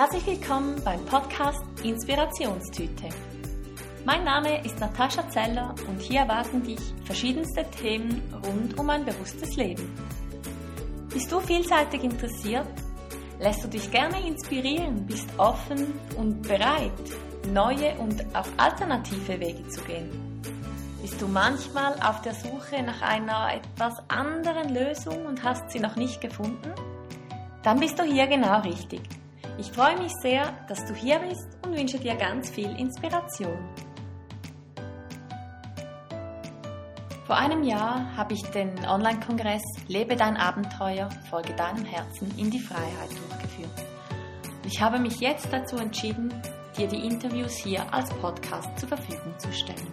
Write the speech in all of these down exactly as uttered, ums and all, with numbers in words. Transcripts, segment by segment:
Herzlich willkommen beim Podcast Inspirationstüte. Mein Name ist Natascha Zeller und hier erwarten dich verschiedenste Themen rund um ein bewusstes Leben. Bist du vielseitig interessiert? Lässt du dich gerne inspirieren, bist offen und bereit, neue und auch alternative Wege zu gehen? Bist du manchmal auf der Suche nach einer etwas anderen Lösung und hast sie noch nicht gefunden? Dann bist du hier genau richtig. Ich freue mich sehr, dass du hier bist und wünsche dir ganz viel Inspiration. Vor einem Jahr habe ich den Online-Kongress Lebe dein Abenteuer, folge deinem Herzen in die Freiheit durchgeführt. Ich habe mich jetzt dazu entschieden, dir die Interviews hier als Podcast zur Verfügung zu stellen.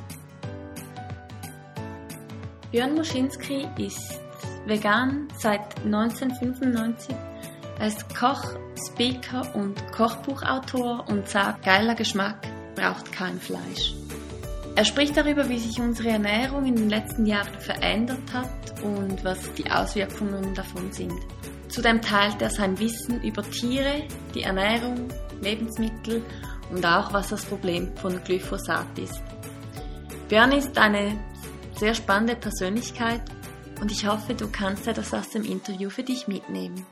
Björn Muschinski ist vegan seit neunzehnhundertfünfundneunzig. Er ist Koch, Speaker und Kochbuchautor und sagt, geiler Geschmack braucht kein Fleisch. Er spricht darüber, wie sich unsere Ernährung in den letzten Jahren verändert hat und was die Auswirkungen davon sind. Zudem teilt er sein Wissen über Tiere, die Ernährung, Lebensmittel und auch, was das Problem von Glyphosat ist. Björn ist eine sehr spannende Persönlichkeit und ich hoffe, du kannst etwas aus dem Interview für dich mitnehmen.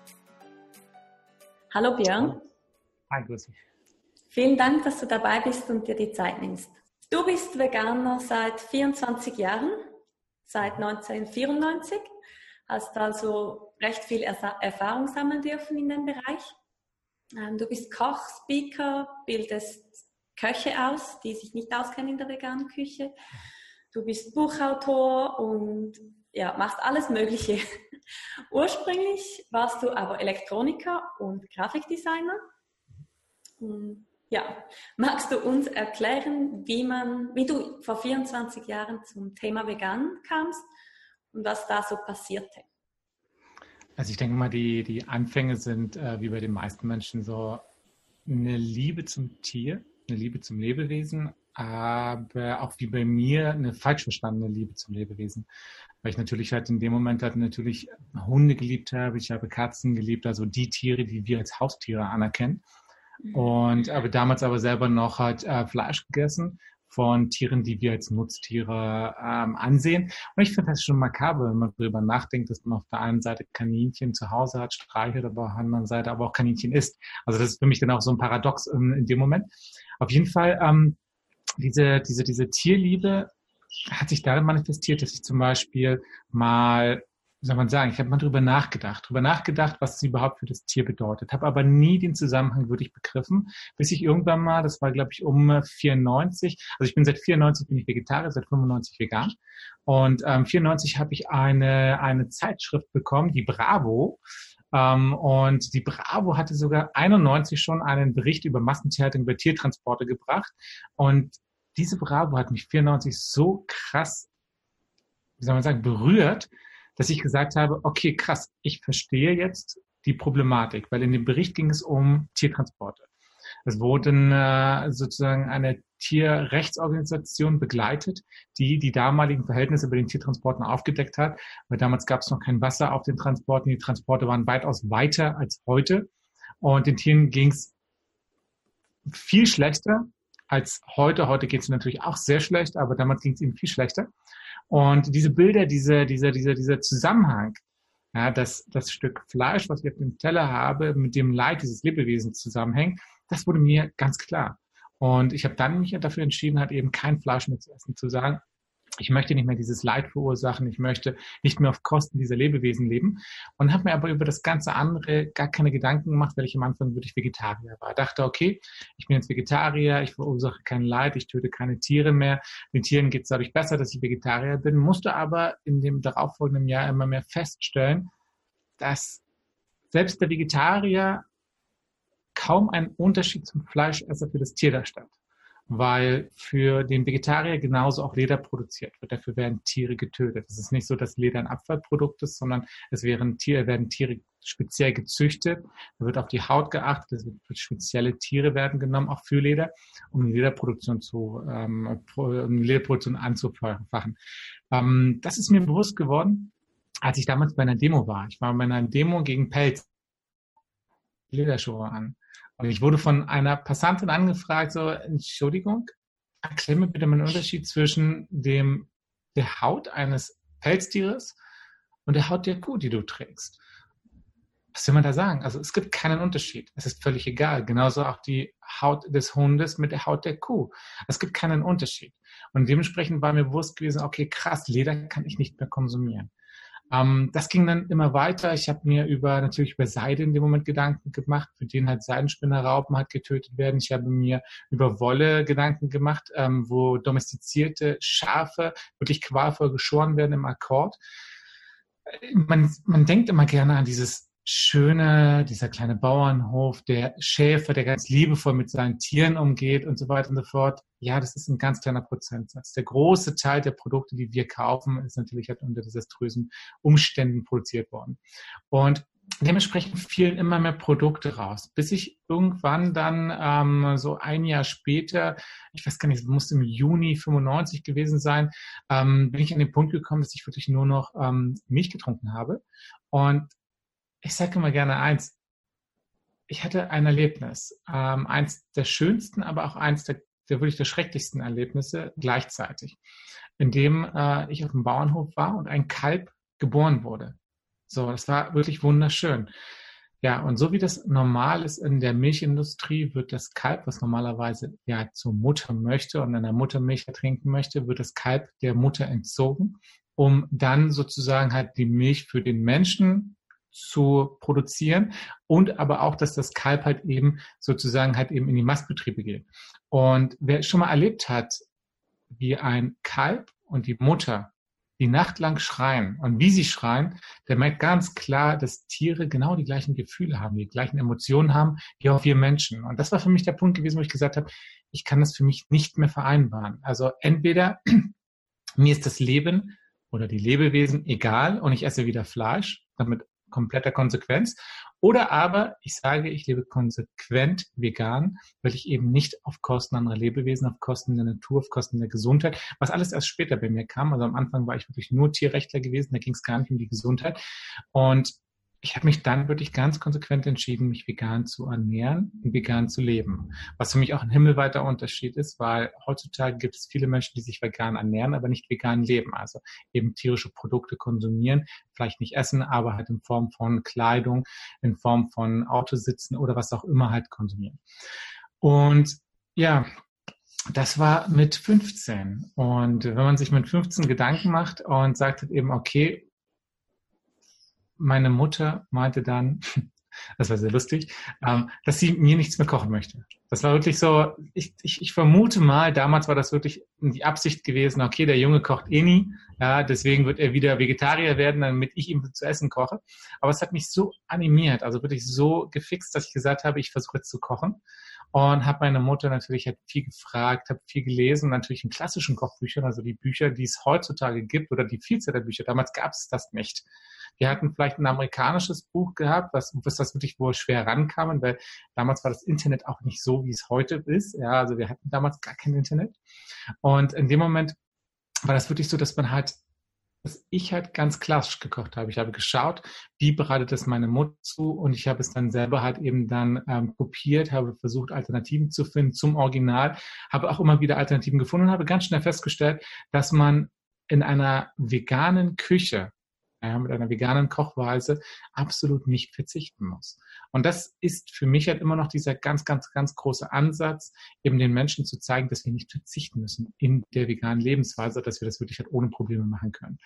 Hallo Björn. Hi, grüß dich. Vielen Dank, dass du dabei bist und dir die Zeit nimmst. Du bist Veganer seit vierundzwanzig Jahren, seit neunzehnhundertvierundneunzig, hast also recht viel Erfahrung sammeln dürfen in dem Bereich. Du bist Koch, Speaker, bildest Köche aus, die sich nicht auskennen in der veganen Küche. Du bist Buchautor und ja, machst alles Mögliche. Ursprünglich warst du aber Elektroniker und Grafikdesigner. Und ja, magst du uns erklären, wie man, wie du vor vierundzwanzig Jahren zum Thema Vegan kamst und was da so passierte? Also ich denke mal, die, die Anfänge sind, äh, wie bei den meisten Menschen, so eine Liebe zum Tier, eine Liebe zum Lebewesen, aber auch wie bei mir eine falsch verstandene Liebe zum Lebewesen. Weil ich natürlich halt in dem Moment halt natürlich Hunde geliebt habe, ich habe Katzen geliebt, also die Tiere, die wir als Haustiere anerkennen. Und habe damals aber selber noch halt äh, Fleisch gegessen von Tieren, die wir als Nutztiere ähm, ansehen. Und ich finde das schon makaber, wenn man darüber nachdenkt, dass man auf der einen Seite Kaninchen zu Hause hat, streichelt, aber auf der anderen Seite aber auch Kaninchen isst. Also das ist für mich dann auch so ein Paradox in, in dem Moment. Auf jeden Fall, ähm, diese, diese, diese Tierliebe hat sich darin manifestiert, dass ich zum Beispiel mal, wie soll man sagen, ich habe mal drüber nachgedacht, drüber nachgedacht, was es überhaupt für das Tier bedeutet, habe aber nie den Zusammenhang wirklich begriffen, bis ich irgendwann mal, das war glaube ich um vierundneunzig, also ich bin seit vierundneunzig bin ich Vegetarier, seit fünfundneunzig vegan und ähm, vierundneunzig habe ich eine eine Zeitschrift bekommen, die Bravo, ähm, und die Bravo hatte sogar einundneunzig schon einen Bericht über Massentierhaltung, über Tiertransporte gebracht und diese Bravo hat mich vierundneunzig so krass, wie soll man sagen, berührt, dass ich gesagt habe, okay, krass, ich verstehe jetzt die Problematik, weil in dem Bericht ging es um Tiertransporte. Es wurde äh, sozusagen eine Tierrechtsorganisation begleitet, die die damaligen Verhältnisse bei den Tiertransporten aufgedeckt hat, weil damals gab es noch kein Wasser auf den Transporten, die Transporte waren weitaus weiter als heute und den Tieren ging es viel schlechter als heute. Heute geht es natürlich auch sehr schlecht, aber damals ging es ihnen viel schlechter. Und diese Bilder, diese, dieser, dieser, dieser Zusammenhang, ja, dass das Stück Fleisch, was ich auf dem Teller habe, mit dem Leid dieses Lebewesens zusammenhängt, das wurde mir ganz klar. Und ich habe dann mich dafür entschieden, halt eben kein Fleisch mehr zu essen, zu sagen, ich möchte nicht mehr dieses Leid verursachen, ich möchte nicht mehr auf Kosten dieser Lebewesen leben und habe mir aber über das ganze andere gar keine Gedanken gemacht, weil ich am Anfang wirklich Vegetarier war. Ich dachte, okay, ich bin jetzt Vegetarier, ich verursache kein Leid, ich töte keine Tiere mehr. Den Tieren geht es dadurch besser, dass ich Vegetarier bin, musste aber in dem darauffolgenden Jahr immer mehr feststellen, dass selbst der Vegetarier kaum einen Unterschied zum Fleischesser für das Tier darstellt. Weil für den Vegetarier genauso auch Leder produziert wird. Dafür werden Tiere getötet. Es ist nicht so, dass Leder ein Abfallprodukt ist, sondern es werden Tiere, werden Tiere speziell gezüchtet. Da wird auf die Haut geachtet. Es wird, spezielle Tiere werden genommen, auch für Leder, um die Lederproduktion zu, ähm, um die Lederproduktion anzufachen. Ähm, das ist mir bewusst geworden, als ich damals bei einer Demo war. Ich war bei einer Demo gegen Pelz. Lederschuhe an. Und ich wurde von einer Passantin angefragt, so, Entschuldigung, erklär mir bitte mal den Unterschied zwischen dem, der Haut eines Pelztieres und der Haut der Kuh, die du trägst. Was will man da sagen? Also es gibt keinen Unterschied. Es ist völlig egal. Genauso auch die Haut des Hundes mit der Haut der Kuh. Es gibt keinen Unterschied. Und dementsprechend war mir bewusst gewesen, okay, krass, Leder kann ich nicht mehr konsumieren. Ähm, das ging dann immer weiter. Ich habe mir über natürlich über Seide in dem Moment Gedanken gemacht, für den halt Seidenspinnerraupen halt getötet werden. Ich habe mir über Wolle Gedanken gemacht, ähm, wo domestizierte Schafe wirklich qualvoll geschoren werden im Akkord. Man, man denkt immer gerne an dieses schöne, dieser kleine Bauernhof, der Schäfer, der ganz liebevoll mit seinen Tieren umgeht und so weiter und so fort. Ja, das ist ein ganz kleiner Prozentsatz. Der große Teil der Produkte, die wir kaufen, ist natürlich halt unter desaströsen Umständen produziert worden. Und dementsprechend fielen immer mehr Produkte raus, bis ich irgendwann dann ähm, so ein Jahr später, ich weiß gar nicht, es muss im Juni fünfundneunzig gewesen sein, ähm, bin ich an den Punkt gekommen, dass ich wirklich nur noch ähm, Milch getrunken habe. Und ich sage immer gerne eins, ich hatte ein Erlebnis, ähm, eins der schönsten, aber auch eins der, der wirklich der schrecklichsten Erlebnisse gleichzeitig, in dem äh, ich auf dem Bauernhof war und ein Kalb geboren wurde. So, das war wirklich wunderschön. Ja, und so wie das normal ist in der Milchindustrie, wird das Kalb, was normalerweise ja zur Mutter möchte und an der Muttermilch trinken möchte, wird das Kalb der Mutter entzogen, um dann sozusagen halt die Milch für den Menschen zu produzieren und aber auch, dass das Kalb halt eben sozusagen halt eben in die Mastbetriebe geht. Und wer schon mal erlebt hat, wie ein Kalb und die Mutter die Nacht lang schreien und wie sie schreien, der merkt ganz klar, dass Tiere genau die gleichen Gefühle haben, die gleichen Emotionen haben, wie auch wir Menschen. Und das war für mich der Punkt gewesen, wo ich gesagt habe, ich kann das für mich nicht mehr vereinbaren. Also entweder mir ist das Leben oder die Lebewesen egal und ich esse wieder Fleisch, damit kompletter Konsequenz. Oder aber ich sage, ich lebe konsequent vegan, weil ich eben nicht auf Kosten anderer Lebewesen, auf Kosten der Natur, auf Kosten der Gesundheit, was alles erst später bei mir kam. Also am Anfang war ich wirklich nur Tierrechtler gewesen, da ging es gar nicht um die Gesundheit. Und ich habe mich dann wirklich ganz konsequent entschieden, mich vegan zu ernähren und vegan zu leben. Was für mich auch ein himmelweiter Unterschied ist, weil heutzutage gibt es viele Menschen, die sich vegan ernähren, aber nicht vegan leben. Also eben tierische Produkte konsumieren, vielleicht nicht essen, aber halt in Form von Kleidung, in Form von Autositzen oder was auch immer halt konsumieren. Und ja, das war mit fünfzehn. Und wenn man sich mit fünfzehn Gedanken macht und sagt eben, okay, meine Mutter meinte dann, das war sehr lustig, ähm, dass sie mir nichts mehr kochen möchte. Das war wirklich so, ich, ich, ich vermute mal, damals war das wirklich die Absicht gewesen, okay, der Junge kocht eh nie, ja, deswegen wird er wieder Vegetarier werden, damit ich ihm zu essen koche. Aber es hat mich so animiert, also wirklich so gefixt, dass ich gesagt habe, ich versuche jetzt zu kochen. Und habe meine Mutter natürlich halt viel gefragt, habe viel gelesen, natürlich in klassischen Kochbüchern, also die Bücher, die es heutzutage gibt oder die Vielzahl der Bücher. Damals gab es das nicht. Wir hatten vielleicht ein amerikanisches Buch gehabt, was, was das wirklich wohl schwer rankamen, weil damals war das Internet auch nicht so, wie es heute ist. Ja, also wir hatten damals gar kein Internet. Und in dem Moment war das wirklich so, dass man halt dass ich halt ganz klassisch gekocht habe. Ich habe geschaut, wie bereitet es meine Mutter zu und ich habe es dann selber halt eben dann ähm, kopiert, habe versucht, Alternativen zu finden zum Original, habe auch immer wieder Alternativen gefunden und habe ganz schnell festgestellt, dass man in einer veganen Küche, ja, mit einer veganen Kochweise absolut nicht verzichten muss. Und das ist für mich halt immer noch dieser ganz, ganz, ganz große Ansatz, eben den Menschen zu zeigen, dass wir nicht verzichten müssen in der veganen Lebensweise, dass wir das wirklich halt ohne Probleme machen können.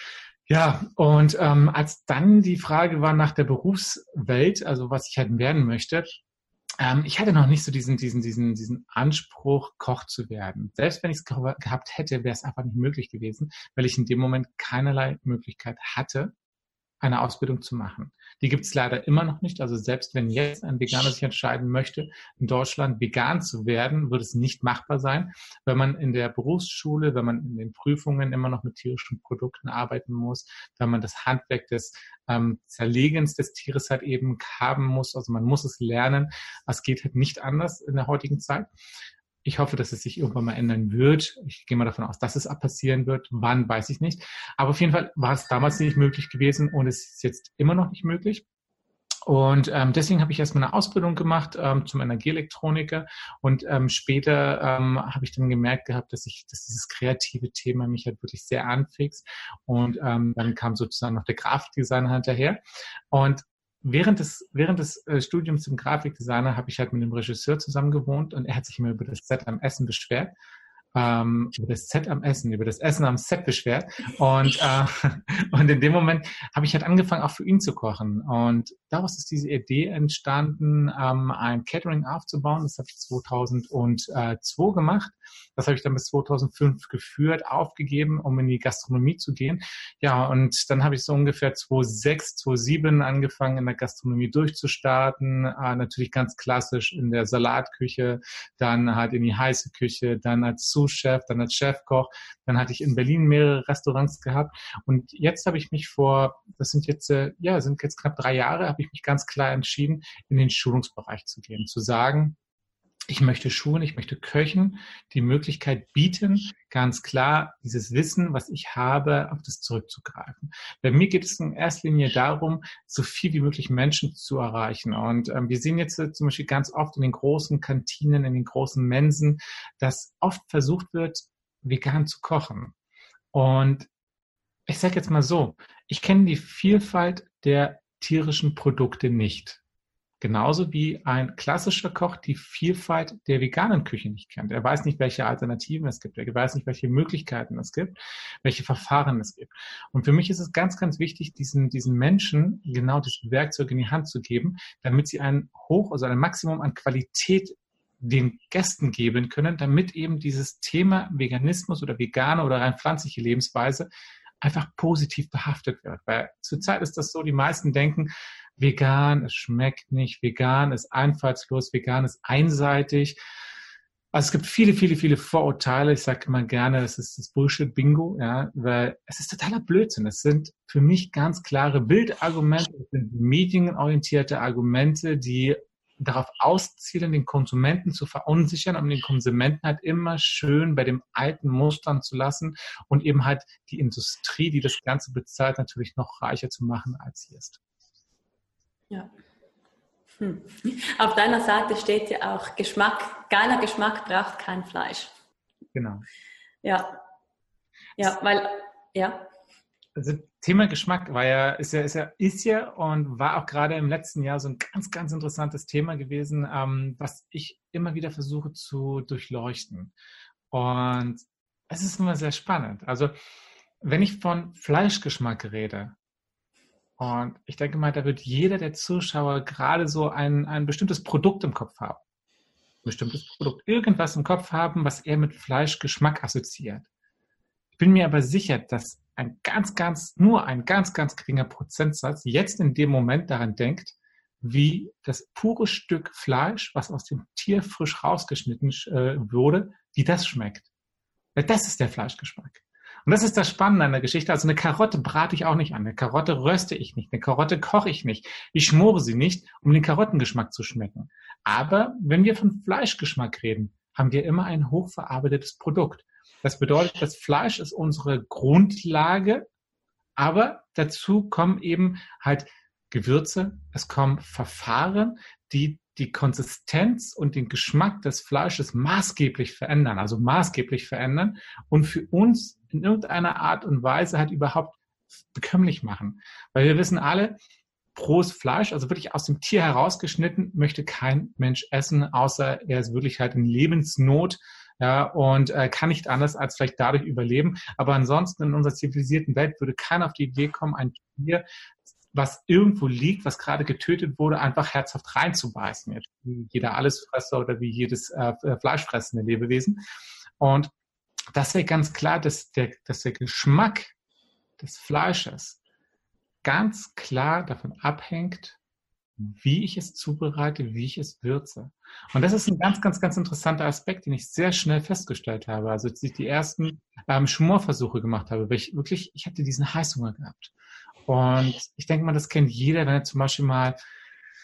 Ja, und ähm, als dann die Frage war nach der Berufswelt, also was ich halt werden möchte, ähm, ich hatte noch nicht so diesen, diesen, diesen, diesen Anspruch, Koch zu werden. Selbst wenn ich es gehabt hätte, wäre es einfach nicht möglich gewesen, weil ich in dem Moment keinerlei Möglichkeit hatte, eine Ausbildung zu machen. Die gibt es leider immer noch nicht. Also selbst wenn jetzt ein Veganer sich entscheiden möchte, in Deutschland vegan zu werden, wird es nicht machbar sein, weil man in der Berufsschule, wenn man in den Prüfungen immer noch mit tierischen Produkten arbeiten muss, weil man das Handwerk des ähm, Zerlegens des Tieres halt eben haben muss. Also man muss es lernen. Es geht halt nicht anders in der heutigen Zeit. Ich hoffe, dass es sich irgendwann mal ändern wird. Ich gehe mal davon aus, dass es passieren wird. Wann, weiß ich nicht. Aber auf jeden Fall war es damals nicht möglich gewesen und es ist jetzt immer noch nicht möglich. Und ähm, deswegen habe ich erstmal eine Ausbildung gemacht ähm, zum Energieelektroniker und ähm, später ähm, habe ich dann gemerkt gehabt, dass ich, dass dieses kreative Thema mich halt wirklich sehr anfixt und ähm, dann kam sozusagen noch der Grafikdesigner hinterher und während des während des äh, Studiums zum Grafikdesigner habe ich halt mit dem Regisseur zusammen gewohnt und er hat sich immer über das Set am Essen beschwert. Ähm, über das Set am Essen, über das Essen am Set beschwert. Und, äh, und in dem Moment habe ich halt angefangen, auch für ihn zu kochen. Und daraus ist diese Idee entstanden, ähm, ein Catering aufzubauen. Das habe ich zweitausendzwei gemacht. Das habe ich dann bis zweitausendfünf geführt, aufgegeben, um in die Gastronomie zu gehen. Ja, und dann habe ich so ungefähr zweitausendsechs, zweitausendsieben angefangen, in der Gastronomie durchzustarten. Äh, natürlich ganz klassisch in der Salatküche, dann halt in die heiße Küche, dann als Sous-Chef, dann als Chefkoch. Dann hatte ich in Berlin mehrere Restaurants gehabt. Und jetzt habe ich mich vor, das sind jetzt, äh, ja, sind jetzt knapp drei Jahre, habe ich mich ganz klar entschieden, in den Schulungsbereich zu gehen, zu sagen, ich möchte Schulen, ich möchte Köchen die Möglichkeit bieten, ganz klar dieses Wissen, was ich habe, auf das zurückzugreifen. Bei mir geht es in erster Linie darum, so viel wie möglich Menschen zu erreichen. Und ähm, wir sehen jetzt äh, zum Beispiel ganz oft in den großen Kantinen, in den großen Mensen, dass oft versucht wird, vegan zu kochen. Und ich sage jetzt mal so, ich kenne die Vielfalt der tierischen Produkte nicht. Genauso wie ein klassischer Koch die Vielfalt der veganen Küche nicht kennt. Er weiß nicht, welche Alternativen es gibt. Er weiß nicht, welche Möglichkeiten es gibt, welche Verfahren es gibt. Und für mich ist es ganz, ganz wichtig, diesen, diesen Menschen genau das Werkzeug in die Hand zu geben, damit sie ein Hoch, also ein Maximum an Qualität den Gästen geben können, damit eben dieses Thema Veganismus oder vegane oder rein pflanzliche Lebensweise einfach positiv behaftet wird. Weil zurzeit ist das so, die meisten denken, vegan, es schmeckt nicht, vegan ist einfallslos, vegan ist einseitig. Also es gibt viele, viele, viele Vorurteile. Ich sage immer gerne, das ist das Bullshit-Bingo, ja, weil es ist totaler Blödsinn. Es sind für mich ganz klare Bildargumente, es sind medienorientierte Argumente, die darauf auszielen, den Konsumenten zu verunsichern, um den Konsumenten halt immer schön bei den alten Mustern zu lassen und eben halt die Industrie, die das Ganze bezahlt, natürlich noch reicher zu machen, als sie ist. Ja. Hm. Auf deiner Seite steht ja auch Geschmack, geiler Geschmack braucht kein Fleisch. Genau. Ja. Ja, weil, ja. Also Thema Geschmack war ja, ist ja, ist ja, ist ja und war auch gerade im letzten Jahr so ein ganz, ganz interessantes Thema gewesen, ähm, was ich immer wieder versuche zu durchleuchten. Und es ist immer sehr spannend. Also wenn ich von Fleischgeschmack rede, und ich denke mal, da wird jeder der Zuschauer gerade so ein, ein bestimmtes Produkt im Kopf haben. Ein bestimmtes Produkt, irgendwas im Kopf haben, was er mit Fleischgeschmack assoziiert. Ich bin mir aber sicher, dass ein ganz, ganz, nur ein ganz, ganz geringer Prozentsatz jetzt in dem Moment daran denkt, wie das pure Stück Fleisch, was aus dem Tier frisch rausgeschnitten äh, wurde, wie das schmeckt. Weil das ist der Fleischgeschmack. Und das ist das Spannende an der Geschichte. Also eine Karotte brate ich auch nicht an. Eine Karotte röste ich nicht. Eine Karotte koche ich nicht. Ich schmore sie nicht, um den Karottengeschmack zu schmecken. Aber wenn wir von Fleischgeschmack reden, haben wir immer ein hochverarbeitetes Produkt. Das bedeutet, das Fleisch ist unsere Grundlage, aber dazu kommen eben halt Gewürze, es kommen Verfahren, die die Konsistenz und den Geschmack des Fleisches maßgeblich verändern, also maßgeblich verändern und für uns in irgendeiner Art und Weise halt überhaupt bekömmlich machen. Weil wir wissen alle, rohes Fleisch, also wirklich aus dem Tier herausgeschnitten, möchte kein Mensch essen, außer er ist wirklich halt in Lebensnot, ja, und äh, kann nicht anders als vielleicht dadurch überleben. Aber ansonsten in unserer zivilisierten Welt würde keiner auf die Idee kommen, ein Tier, was irgendwo liegt, was gerade getötet wurde, einfach herzhaft reinzubeißen. Jetzt wie jeder Allesfresser oder wie jedes äh, fleischfressende Lebewesen. Und das wäre ganz klar, dass der, dass der Geschmack des Fleisches ganz klar davon abhängt, wie ich es zubereite, wie ich es würze. Und das ist ein ganz, ganz, ganz interessanter Aspekt, den ich sehr schnell festgestellt habe. Also als ich die ersten ähm, Schmorversuche gemacht habe, weil ich wirklich, ich hatte diesen Heißhunger gehabt. Und ich denke mal, das kennt jeder, wenn er zum Beispiel mal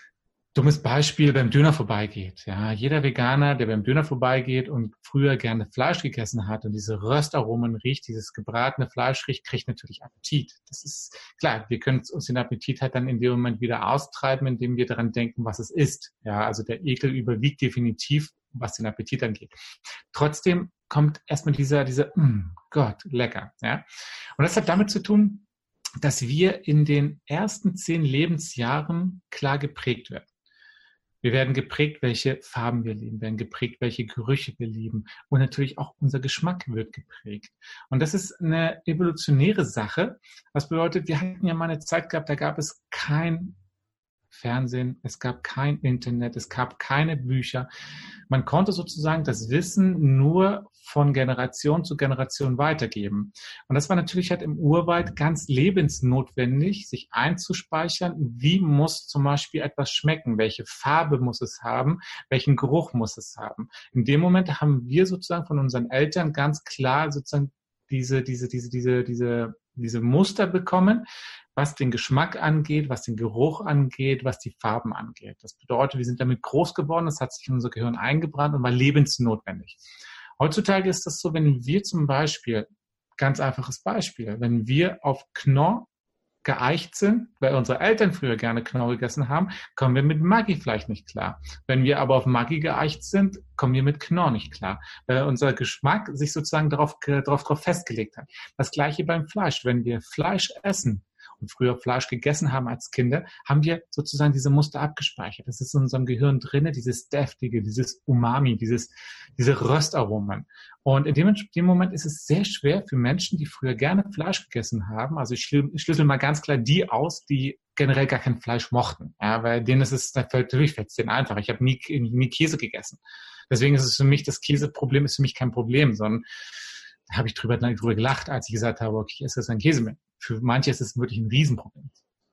Dummes Beispiel, beim Döner vorbeigeht. Ja, jeder Veganer, der beim Döner vorbeigeht und früher gerne Fleisch gegessen hat und diese Röstaromen riecht, dieses gebratene Fleisch riecht, kriegt natürlich Appetit. Das ist klar. Wir können uns den Appetit halt dann in dem Moment wieder austreiben, indem wir daran denken, was es ist. Ja, also der Ekel überwiegt definitiv, was den Appetit angeht. Trotzdem kommt erstmal dieser, dieser, mm, Gott, lecker. Ja, und das hat damit zu tun, dass wir in den ersten zehn Lebensjahren klar geprägt werden. Wir werden geprägt, welche Farben wir lieben, werden geprägt, welche Gerüche wir lieben. Und natürlich auch unser Geschmack wird geprägt. Und das ist eine evolutionäre Sache. Was bedeutet, wir hatten ja mal eine Zeit gehabt, da gab es kein Fernsehen, es gab kein Internet, es gab keine Bücher. Man konnte sozusagen das Wissen nur von Generation zu Generation weitergeben. Und das war natürlich halt im Urwald ganz lebensnotwendig, sich einzuspeichern, wie muss zum Beispiel etwas schmecken, welche Farbe muss es haben, welchen Geruch muss es haben. In dem Moment haben wir sozusagen von unseren Eltern ganz klar sozusagen diese, diese, diese, diese, diese, diese Muster bekommen, was den Geschmack angeht, was den Geruch angeht, was die Farben angeht. Das bedeutet, wir sind damit groß geworden, das hat sich in unser Gehirn eingebrannt und war lebensnotwendig. Heutzutage ist das so, wenn wir zum Beispiel, ganz einfaches Beispiel, wenn wir auf Knorr geeicht sind, weil unsere Eltern früher gerne Knorr gegessen haben, kommen wir mit Maggi vielleicht nicht klar. Wenn wir aber auf Maggi geeicht sind, kommen wir mit Knorr nicht klar, weil unser Geschmack sich sozusagen darauf, darauf, darauf festgelegt hat. Das Gleiche beim Fleisch. Wenn wir Fleisch essen und früher Fleisch gegessen haben als Kinder, haben wir sozusagen diese Muster abgespeichert. Das ist in unserem Gehirn drinne, dieses Deftige, dieses Umami, dieses, diese Röstaromen. Und in dem, in dem Moment ist es sehr schwer für Menschen, die früher gerne Fleisch gegessen haben. Also ich schlüssel mal ganz klar die aus, die generell gar kein Fleisch mochten. Ja, weil denen ist es natürlich fällt es denen einfach. Ich habe nie, nie Käse gegessen. Deswegen ist es für mich, das Käseproblem ist für mich kein Problem, sondern da habe ich drüber, drüber gelacht, als ich gesagt habe, okay, ich esse jetzt keinen Käse mehr. Für manche ist es wirklich ein Riesenproblem.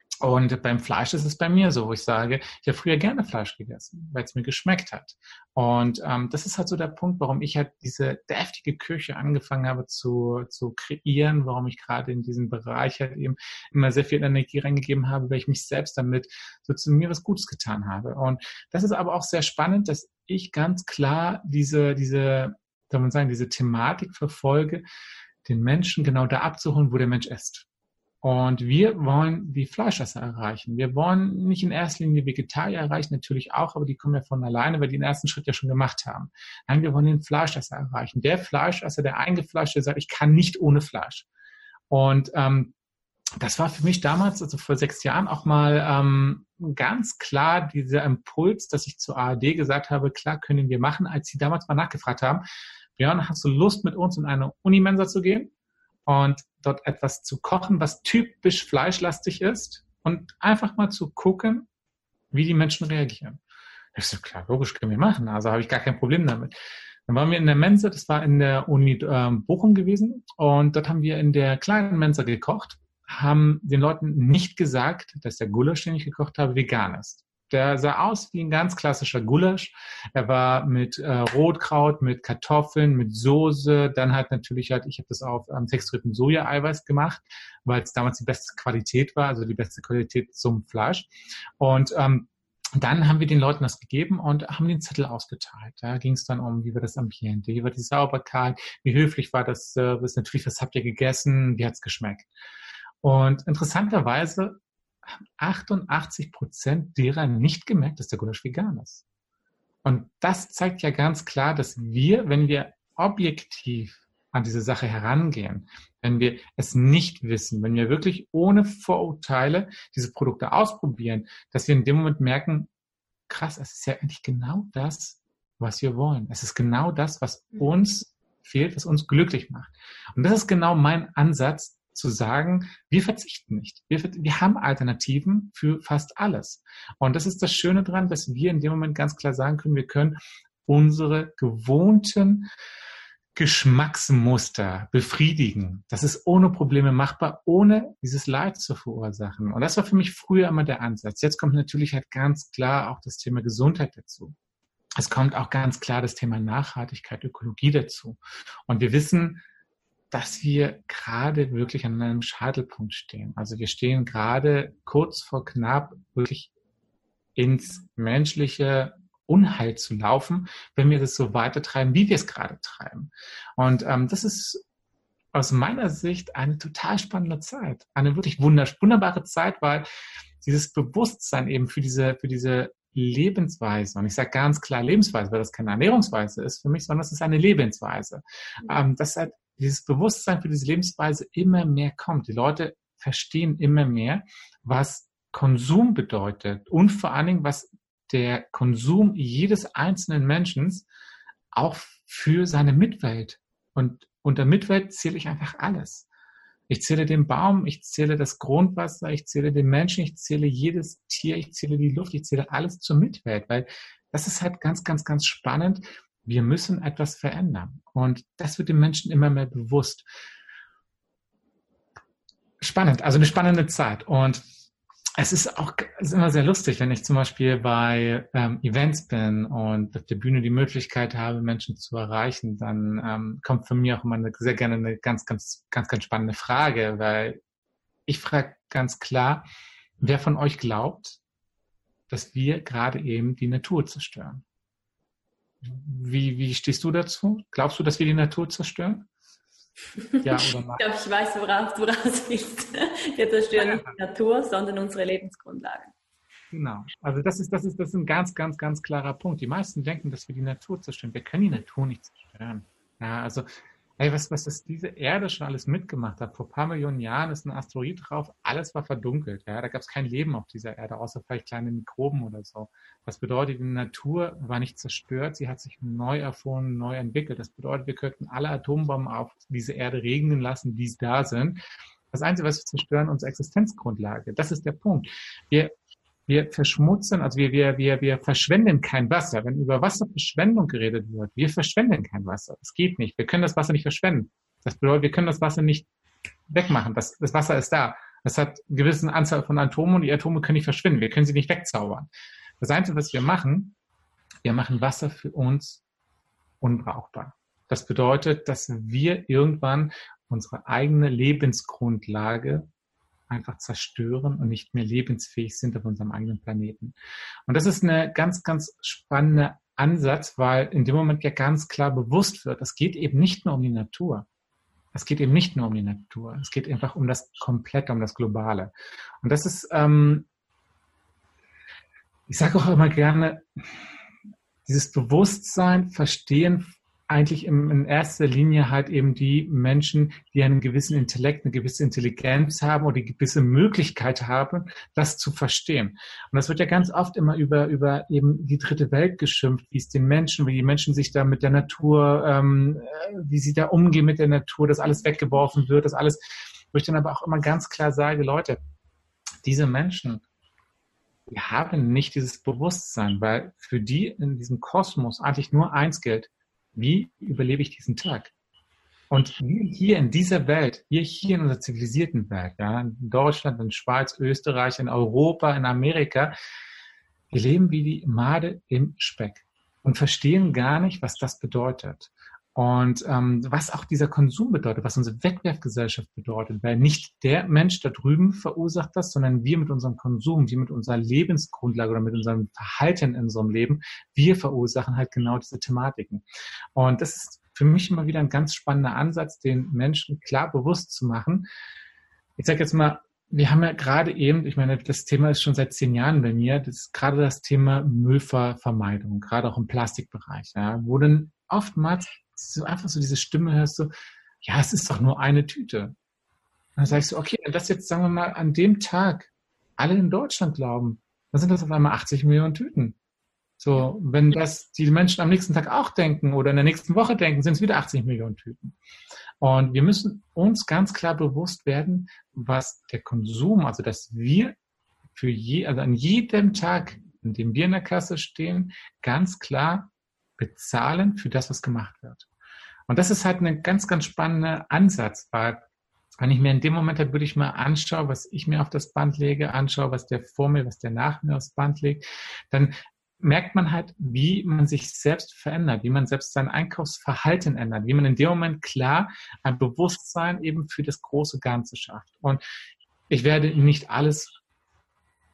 Und beim Fleisch ist es bei mir so, wo ich sage, ich habe früher gerne Fleisch gegessen, weil es mir geschmeckt hat. Und ähm, das ist halt so der Punkt, warum ich halt diese deftige Küche angefangen habe zu, zu kreieren, warum ich gerade in diesem Bereich halt eben immer sehr viel Energie reingegeben habe, weil ich mich selbst damit so zu mir was Gutes getan habe. Und das ist aber auch sehr spannend, dass ich ganz klar diese, diese, soll man sagen, diese Thematik verfolge, den Menschen genau da abzuholen, wo der Mensch ist. Und wir wollen die Fleischesser erreichen. Wir wollen nicht in erster Linie Vegetarier erreichen, natürlich auch, aber die kommen ja von alleine, weil die den ersten Schritt ja schon gemacht haben. Nein, wir wollen den Fleischesser erreichen. Der Fleischesser, der Eingefleischte, der sagt, ich kann nicht ohne Fleisch. Und ähm, das war für mich damals, also vor sechs Jahren, auch mal ähm, ganz klar dieser Impuls, dass ich zur A R D gesagt habe, klar, können wir machen, als sie damals mal nachgefragt haben, Björn, hast du Lust, mit uns in eine Unimensa zu gehen und dort etwas zu kochen, was typisch fleischlastig ist und einfach mal zu gucken, wie die Menschen reagieren. Ich so, klar, logisch, können wir machen, also habe ich gar kein Problem damit. Dann waren wir in der Mensa, das war in der Uni äh, Bochum gewesen und dort haben wir in der kleinen Mensa gekocht, haben den Leuten nicht gesagt, dass der Gulasch, den ich gekocht habe, vegan ist. Der sah aus wie ein ganz klassischer Gulasch. Er war mit äh, Rotkraut, mit Kartoffeln, mit Soße. Dann halt natürlich halt, ich habe das auf ähm, texturierten Soja-Eiweiß gemacht, weil es damals die beste Qualität war, also die beste Qualität zum Fleisch. Und ähm, dann haben wir den Leuten das gegeben und haben den Zettel ausgeteilt. Da ging es dann um, wie war das Ambiente, wie war die Sauberkeit, wie höflich war das Service, natürlich, was habt ihr gegessen, wie hat's geschmeckt. Und interessanterweise haben achtundachtzig Prozent derer nicht gemerkt, dass der Gulasch vegan ist. Und das zeigt ja ganz klar, dass wir, wenn wir objektiv an diese Sache herangehen, wenn wir es nicht wissen, wenn wir wirklich ohne Vorurteile diese Produkte ausprobieren, dass wir in dem Moment merken, krass, es ist ja eigentlich genau das, was wir wollen. Es ist genau das, was uns fehlt, was uns glücklich macht. Und das ist genau mein Ansatz, zu sagen, wir verzichten nicht. Wir, wir haben Alternativen für fast alles. Und das ist das Schöne daran, dass wir in dem Moment ganz klar sagen können, wir können unsere gewohnten Geschmacksmuster befriedigen. Das ist ohne Probleme machbar, ohne dieses Leid zu verursachen. Und das war für mich früher immer der Ansatz. Jetzt kommt natürlich halt ganz klar auch das Thema Gesundheit dazu. Es kommt auch ganz klar das Thema Nachhaltigkeit, Ökologie dazu. Und wir wissen, dass wir gerade wirklich an einem Scheitelpunkt stehen. Also wir stehen gerade kurz vor knapp wirklich ins menschliche Unheil zu laufen, wenn wir das so weitertreiben, wie wir es gerade treiben. Und ähm, das ist aus meiner Sicht eine total spannende Zeit, eine wirklich wunderbare Zeit, weil dieses Bewusstsein eben für diese, für diese Lebensweise, und ich sage ganz klar Lebensweise, weil das keine Ernährungsweise ist für mich, sondern es ist eine Lebensweise, ähm, dass halt dieses Bewusstsein für diese Lebensweise immer mehr kommt. Die Leute verstehen immer mehr, was Konsum bedeutet und vor allen Dingen, was der Konsum jedes einzelnen Menschen auch für seine Mitwelt. Und unter Mitwelt zähle ich einfach alles. Ich zähle den Baum, ich zähle das Grundwasser, ich zähle den Menschen, ich zähle jedes Tier, ich zähle die Luft, ich zähle alles zur Mitwelt, weil das ist halt ganz, ganz, ganz spannend. Wir müssen etwas verändern. Und das wird den Menschen immer mehr bewusst. Spannend, also eine spannende Zeit. Und es ist auch es ist immer sehr lustig, wenn ich zum Beispiel bei ähm, Events bin und auf der Bühne die Möglichkeit habe, Menschen zu erreichen, dann ähm, kommt von mir auch immer eine, sehr gerne eine ganz, ganz, ganz, ganz spannende Frage, weil ich frage ganz klar, wer von euch glaubt, dass wir gerade eben die Natur zerstören? Wie, wie stehst du dazu? Glaubst du, dass wir die Natur zerstören? Ja, oder nein? Ich glaube, ich weiß, worauf du raus willst. Wir zerstören nicht die Natur, sondern unsere Lebensgrundlage. Genau. Also das ist, das ist, das ist ein ganz, ganz, ganz klarer Punkt. Die meisten denken, dass wir die Natur zerstören. Wir können die Natur nicht zerstören. Ja, also, ey, was, was das diese Erde schon alles mitgemacht hat. Vor ein paar Millionen Jahren ist ein Asteroid drauf, alles war verdunkelt. Ja, da gab es kein Leben auf dieser Erde, außer vielleicht kleine Mikroben oder so. Das bedeutet, die Natur war nicht zerstört, sie hat sich neu erfunden, neu entwickelt. Das bedeutet, wir könnten alle Atombomben auf diese Erde regnen lassen, die da sind. Das Einzige, was wir zerstören, unsere Existenzgrundlage. Das ist der Punkt. Wir, wir verschmutzen, also wir, wir, wir, wir verschwenden kein Wasser. Wenn über Wasserverschwendung geredet wird, wir verschwenden kein Wasser. Das geht nicht. Wir können das Wasser nicht verschwenden. Das bedeutet, wir können das Wasser nicht wegmachen. Das, das Wasser ist da. Das hat eine gewisse Anzahl von Atomen und die Atome können nicht verschwinden. Wir können sie nicht wegzaubern. Das Einzige, was wir machen, wir machen Wasser für uns unbrauchbar. Das bedeutet, dass wir irgendwann unsere eigene Lebensgrundlage einfach zerstören und nicht mehr lebensfähig sind auf unserem eigenen Planeten. Und das ist eine ganz, ganz spannender Ansatz, weil in dem Moment ja ganz klar bewusst wird, es geht eben nicht nur um die Natur. Es geht eben nicht nur um die Natur. Es geht einfach um das Komplette, um das Globale. Und das ist, ähm, ich sage auch immer gerne, dieses Bewusstsein, Verstehen eigentlich in erster Linie halt eben die Menschen, die einen gewissen Intellekt, eine gewisse Intelligenz haben oder die gewisse Möglichkeit haben, das zu verstehen. Und das wird ja ganz oft immer über, über eben die dritte Welt geschimpft, wie es den Menschen, wie die Menschen sich da mit der Natur, ähm, wie sie da umgehen mit der Natur, dass alles weggeworfen wird, das alles, wo ich dann aber auch immer ganz klar sage, Leute, diese Menschen, die haben nicht dieses Bewusstsein, weil für die in diesem Kosmos eigentlich nur eins gilt: Wie überlebe ich diesen Tag? Und wir hier in dieser Welt, wir hier in unserer zivilisierten Welt, ja, in Deutschland, in Schweiz, Österreich, in Europa, in Amerika, wir leben wie die Made im Speck und verstehen gar nicht, was das bedeutet. Und ähm, was auch dieser Konsum bedeutet, was unsere Wegwerfgesellschaft bedeutet, weil nicht der Mensch da drüben verursacht das, sondern wir mit unserem Konsum, wir mit unserer Lebensgrundlage oder mit unserem Verhalten in unserem Leben, wir verursachen halt genau diese Thematiken. Und das ist für mich immer wieder ein ganz spannender Ansatz, den Menschen klar bewusst zu machen. Ich sage jetzt mal, wir haben ja gerade eben, ich meine, das Thema ist schon seit zehn Jahren bei mir, das ist gerade das Thema Müllvermeidung, gerade auch im Plastikbereich, ja, wo dann oftmals so einfach so diese Stimme hörst, so, ja, es ist doch nur eine Tüte. Und dann sagst du, okay, wenn das jetzt, sagen wir mal, an dem Tag alle in Deutschland glauben, dann sind das auf einmal achtzig Millionen Tüten. So, wenn das die Menschen am nächsten Tag auch denken oder in der nächsten Woche denken, sind es wieder achtzig Millionen Tüten. Und wir müssen uns ganz klar bewusst werden, was der Konsum, also dass wir für je, also an jedem Tag, an dem wir in der Kasse stehen, ganz klar bezahlen für das, was gemacht wird. Und das ist halt ein ganz, ganz spannender Ansatz, weil wenn ich mir in dem Moment halt wirklich mal anschaue, was ich mir auf das Band lege, anschaue, was der vor mir, was der nach mir aufs Band legt, dann merkt man halt, wie man sich selbst verändert, wie man selbst sein Einkaufsverhalten ändert, wie man in dem Moment klar ein Bewusstsein eben für das große Ganze schafft. Und ich werde nicht alles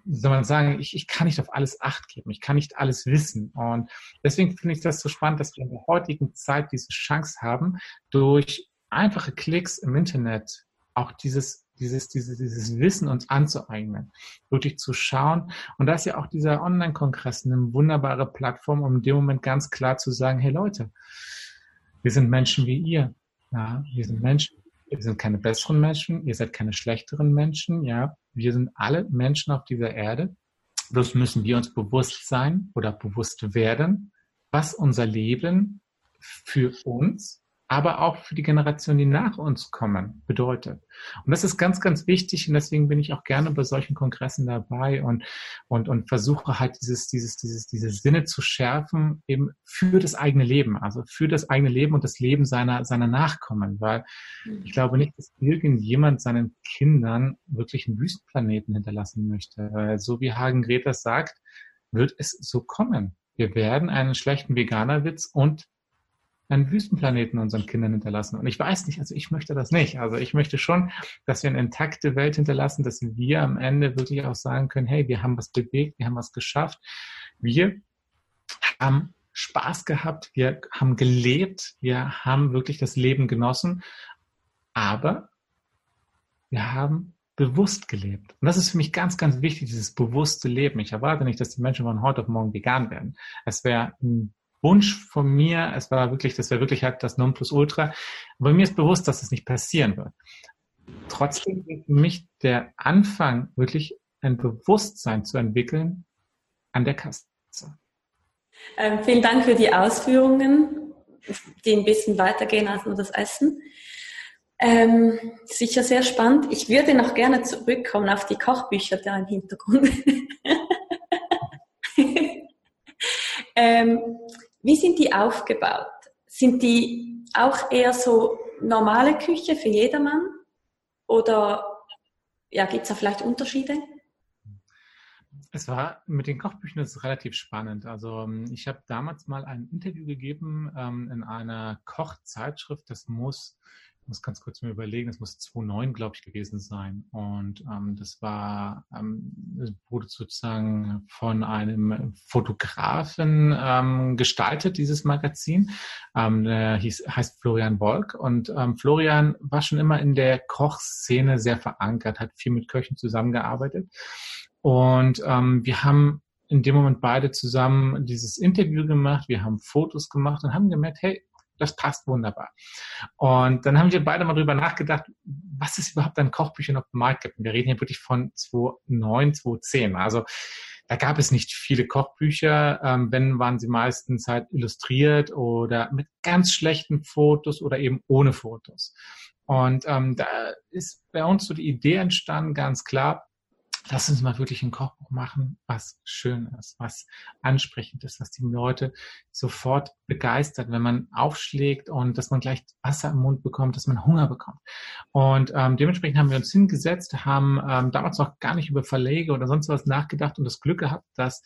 soll man sagen, ich, ich kann nicht auf alles Acht geben, ich kann nicht alles wissen. Und deswegen finde ich das so spannend, dass wir in der heutigen Zeit diese Chance haben, durch einfache Klicks im Internet auch dieses, dieses, dieses, dieses Wissen uns anzueignen, wirklich zu schauen. Und da ist ja auch dieser Online-Kongress eine wunderbare Plattform, um in dem Moment ganz klar zu sagen, hey Leute, wir sind Menschen wie ihr. Ja, wir sind Menschen. Wir sind keine besseren Menschen, ihr seid keine schlechteren Menschen, ja. Wir sind alle Menschen auf dieser Erde. Bloß müssen wir uns bewusst sein oder bewusst werden, was unser Leben für uns, aber auch für die Generationen, die nach uns kommen, bedeutet. Und das ist ganz, ganz wichtig und deswegen bin ich auch gerne bei solchen Kongressen dabei und, und, und versuche halt dieses, dieses, dieses, diese Sinne zu schärfen eben für das eigene Leben, also für das eigene Leben und das Leben seiner, seiner Nachkommen, weil ich glaube nicht, dass irgendjemand seinen Kindern wirklich einen Wüstenplaneten hinterlassen möchte, weil so wie Hagen Greta's sagt, wird es so kommen. Wir werden einen schlechten Veganerwitz und einen Wüstenplaneten unseren Kindern hinterlassen. Und ich weiß nicht, also ich möchte das nicht. Also ich möchte schon, dass wir eine intakte Welt hinterlassen, dass wir am Ende wirklich auch sagen können, hey, wir haben was bewegt, wir haben was geschafft. Wir haben Spaß gehabt, wir haben gelebt, wir haben wirklich das Leben genossen, aber wir haben bewusst gelebt. Und das ist für mich ganz, ganz wichtig, dieses bewusste Leben. Ich erwarte nicht, dass die Menschen von heute auf morgen vegan werden. Es wäre ein Wunsch von mir, es war wirklich, das wäre wirklich halt das Nonplusultra. Aber mir ist bewusst, dass es nicht passieren wird. Trotzdem ist für mich der Anfang, wirklich ein Bewusstsein zu entwickeln an der Kasse. Ähm, vielen Dank für die Ausführungen, die ein bisschen weitergehen als nur das Essen. Ähm, sicher sehr spannend. Ich würde noch gerne zurückkommen auf die Kochbücher da im Hintergrund. ähm, Wie sind die aufgebaut? Sind die auch eher so normale Küche für jedermann? Oder ja, gibt es da vielleicht Unterschiede? Es war mit den Kochbüchern ist relativ spannend. Also ich habe damals mal ein Interview gegeben ähm, in einer Kochzeitschrift. Das muss, ich muss ganz kurz mir überlegen, das muss zweitausendneun, glaube ich, gewesen sein. Und ähm, das war, ähm, das wurde sozusagen von einem Fotografen ähm, gestaltet, dieses Magazin. Ähm, der hieß, heißt Florian Wolk. Und ähm, Florian war schon immer in der Kochszene sehr verankert, hat viel mit Köchen zusammengearbeitet. Und ähm, wir haben in dem Moment beide zusammen dieses Interview gemacht, wir haben Fotos gemacht und haben gemerkt, hey, das passt wunderbar. Und dann haben wir beide mal drüber nachgedacht, was es überhaupt an Kochbüchern auf dem Markt gibt. Und wir reden hier wirklich von zweitausendneun, zweitausendzehn. Also da gab es nicht viele Kochbücher. Ähm, wenn, waren sie meistens halt illustriert oder mit ganz schlechten Fotos oder eben ohne Fotos. Und ähm, da ist bei uns so die Idee entstanden, ganz klar, lass uns mal wirklich ein Kochbuch machen, was schön ist, was ansprechend ist, was die Leute sofort begeistert, wenn man aufschlägt und dass man gleich Wasser im Mund bekommt, dass man Hunger bekommt. Und ähm, dementsprechend haben wir uns hingesetzt, haben ähm, damals noch gar nicht über Verlage oder sonst was nachgedacht und das Glück gehabt, dass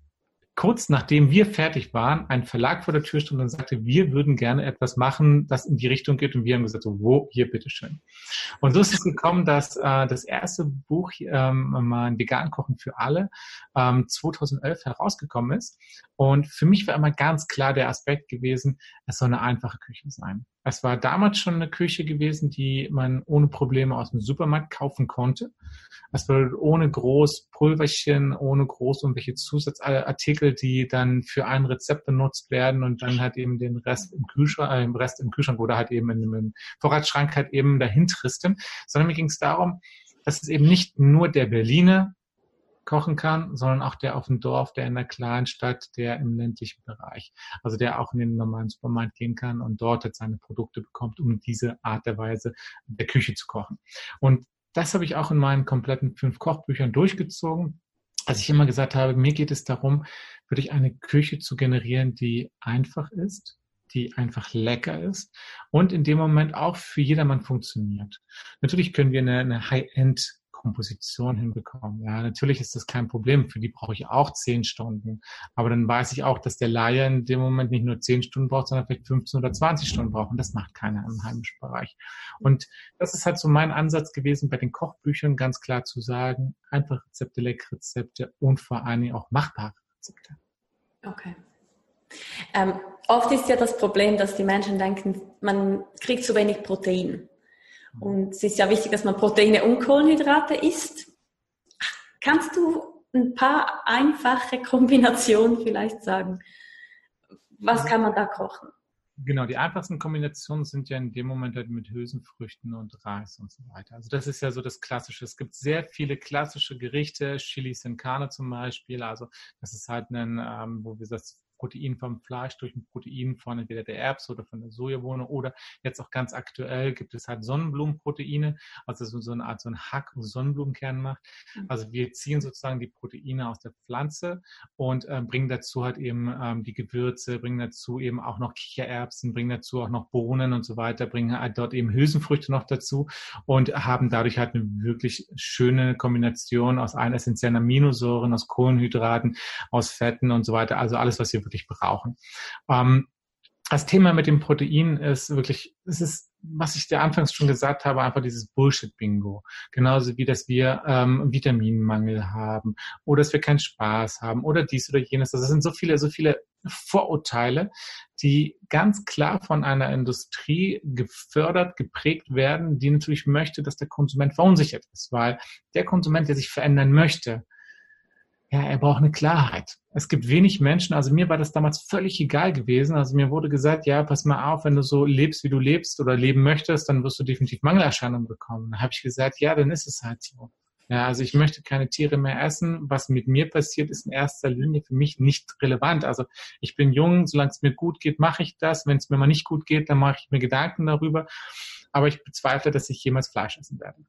kurz nachdem wir fertig waren, ein Verlag vor der Tür stand und sagte, wir würden gerne etwas machen, das in die Richtung geht. Und wir haben gesagt, so, wo, hier, bitteschön. Und so ist es gekommen, dass äh, das erste Buch, ähm, mal ein vegan Kochen für alle, ähm, zweitausendelf herausgekommen ist. Und für mich war immer ganz klar der Aspekt gewesen, es soll eine einfache Küche sein. Es war damals schon eine Küche gewesen, die man ohne Probleme aus dem Supermarkt kaufen konnte. Es war ohne groß Pulverchen, ohne groß irgendwelche Zusatzartikel, die dann für ein Rezept benutzt werden und dann halt eben den Rest im Kühlschrank, äh, im Rest im Kühlschrank oder halt eben in dem Vorratsschrank halt eben dahin tristen. Sondern mir ging es darum, dass es eben nicht nur der Berliner kochen kann, sondern auch der auf dem Dorf, der in der kleinen Stadt, der im ländlichen Bereich, also der auch in den normalen Supermarkt gehen kann und dort jetzt seine Produkte bekommt, um diese Art der Weise der Küche zu kochen. Und das habe ich auch in meinen kompletten fünf Kochbüchern durchgezogen. Als ich immer gesagt habe, mir geht es darum, wirklich eine Küche zu generieren, die einfach ist, die einfach lecker ist und in dem Moment auch für jedermann funktioniert. Natürlich können wir eine, eine High-End Komposition hinbekommen. Ja, natürlich ist das kein Problem. Für die brauche ich auch zehn Stunden. Aber dann weiß ich auch, dass der Laie in dem Moment nicht nur zehn Stunden braucht, sondern vielleicht fünfzehn oder zwanzig Stunden braucht. Und das macht keiner im heimischen Bereich. Und das ist halt so mein Ansatz gewesen, bei den Kochbüchern ganz klar zu sagen, einfach Rezepte, leckere Rezepte und vor allen Dingen auch machbare Rezepte. Okay. Ähm, oft ist ja das Problem, dass die Menschen denken, man kriegt zu wenig Protein. Und es ist ja wichtig, dass man Proteine und Kohlenhydrate isst. Kannst du ein paar einfache Kombinationen vielleicht sagen? Was kann man da kochen? Genau, die einfachsten Kombinationen sind ja in dem Moment halt mit Hülsenfrüchten und Reis und so weiter. Also das ist ja so das Klassische. Es gibt sehr viele klassische Gerichte, Chili sin Carne zum Beispiel. Also das ist halt ein, ähm, wo wir das Protein vom Fleisch durch ein Protein von entweder der Erbse oder von der Sojabohne oder jetzt auch ganz aktuell gibt es halt Sonnenblumenproteine, also so, so eine Art so ein Hack aus Sonnenblumenkern macht. Also wir ziehen sozusagen die Proteine aus der Pflanze und ähm, bringen dazu halt eben ähm, die Gewürze, bringen dazu eben auch noch Kichererbsen, bringen dazu auch noch Bohnen und so weiter, bringen halt dort eben Hülsenfrüchte noch dazu und haben dadurch halt eine wirklich schöne Kombination aus allen essentiellen Aminosäuren, aus Kohlenhydraten, aus Fetten und so weiter. Also alles, was wir wirklich brauchen. Ähm, das Thema mit dem Protein ist wirklich, es ist, was ich dir anfangs schon gesagt habe, einfach dieses Bullshit-Bingo. Genauso wie, dass wir ähm, Vitaminmangel haben oder dass wir keinen Spaß haben oder dies oder jenes. Das sind so viele, so viele Vorurteile, die ganz klar von einer Industrie gefördert, geprägt werden, die natürlich möchte, dass der Konsument verunsichert ist, weil der Konsument, der sich verändern möchte, ja, er braucht eine Klarheit. Es gibt wenig Menschen, also mir war das damals völlig egal gewesen. Also mir wurde gesagt, ja, pass mal auf, wenn du so lebst, wie du lebst oder leben möchtest, dann wirst du definitiv Mangelerscheinungen bekommen. Dann habe ich gesagt, ja, dann ist es halt so. Ja, also ich möchte keine Tiere mehr essen. Was mit mir passiert, ist in erster Linie für mich nicht relevant. Also ich bin jung, solange es mir gut geht, mache ich das. Wenn es mir mal nicht gut geht, dann mache ich mir Gedanken darüber. Aber ich bezweifle, dass ich jemals Fleisch essen werde.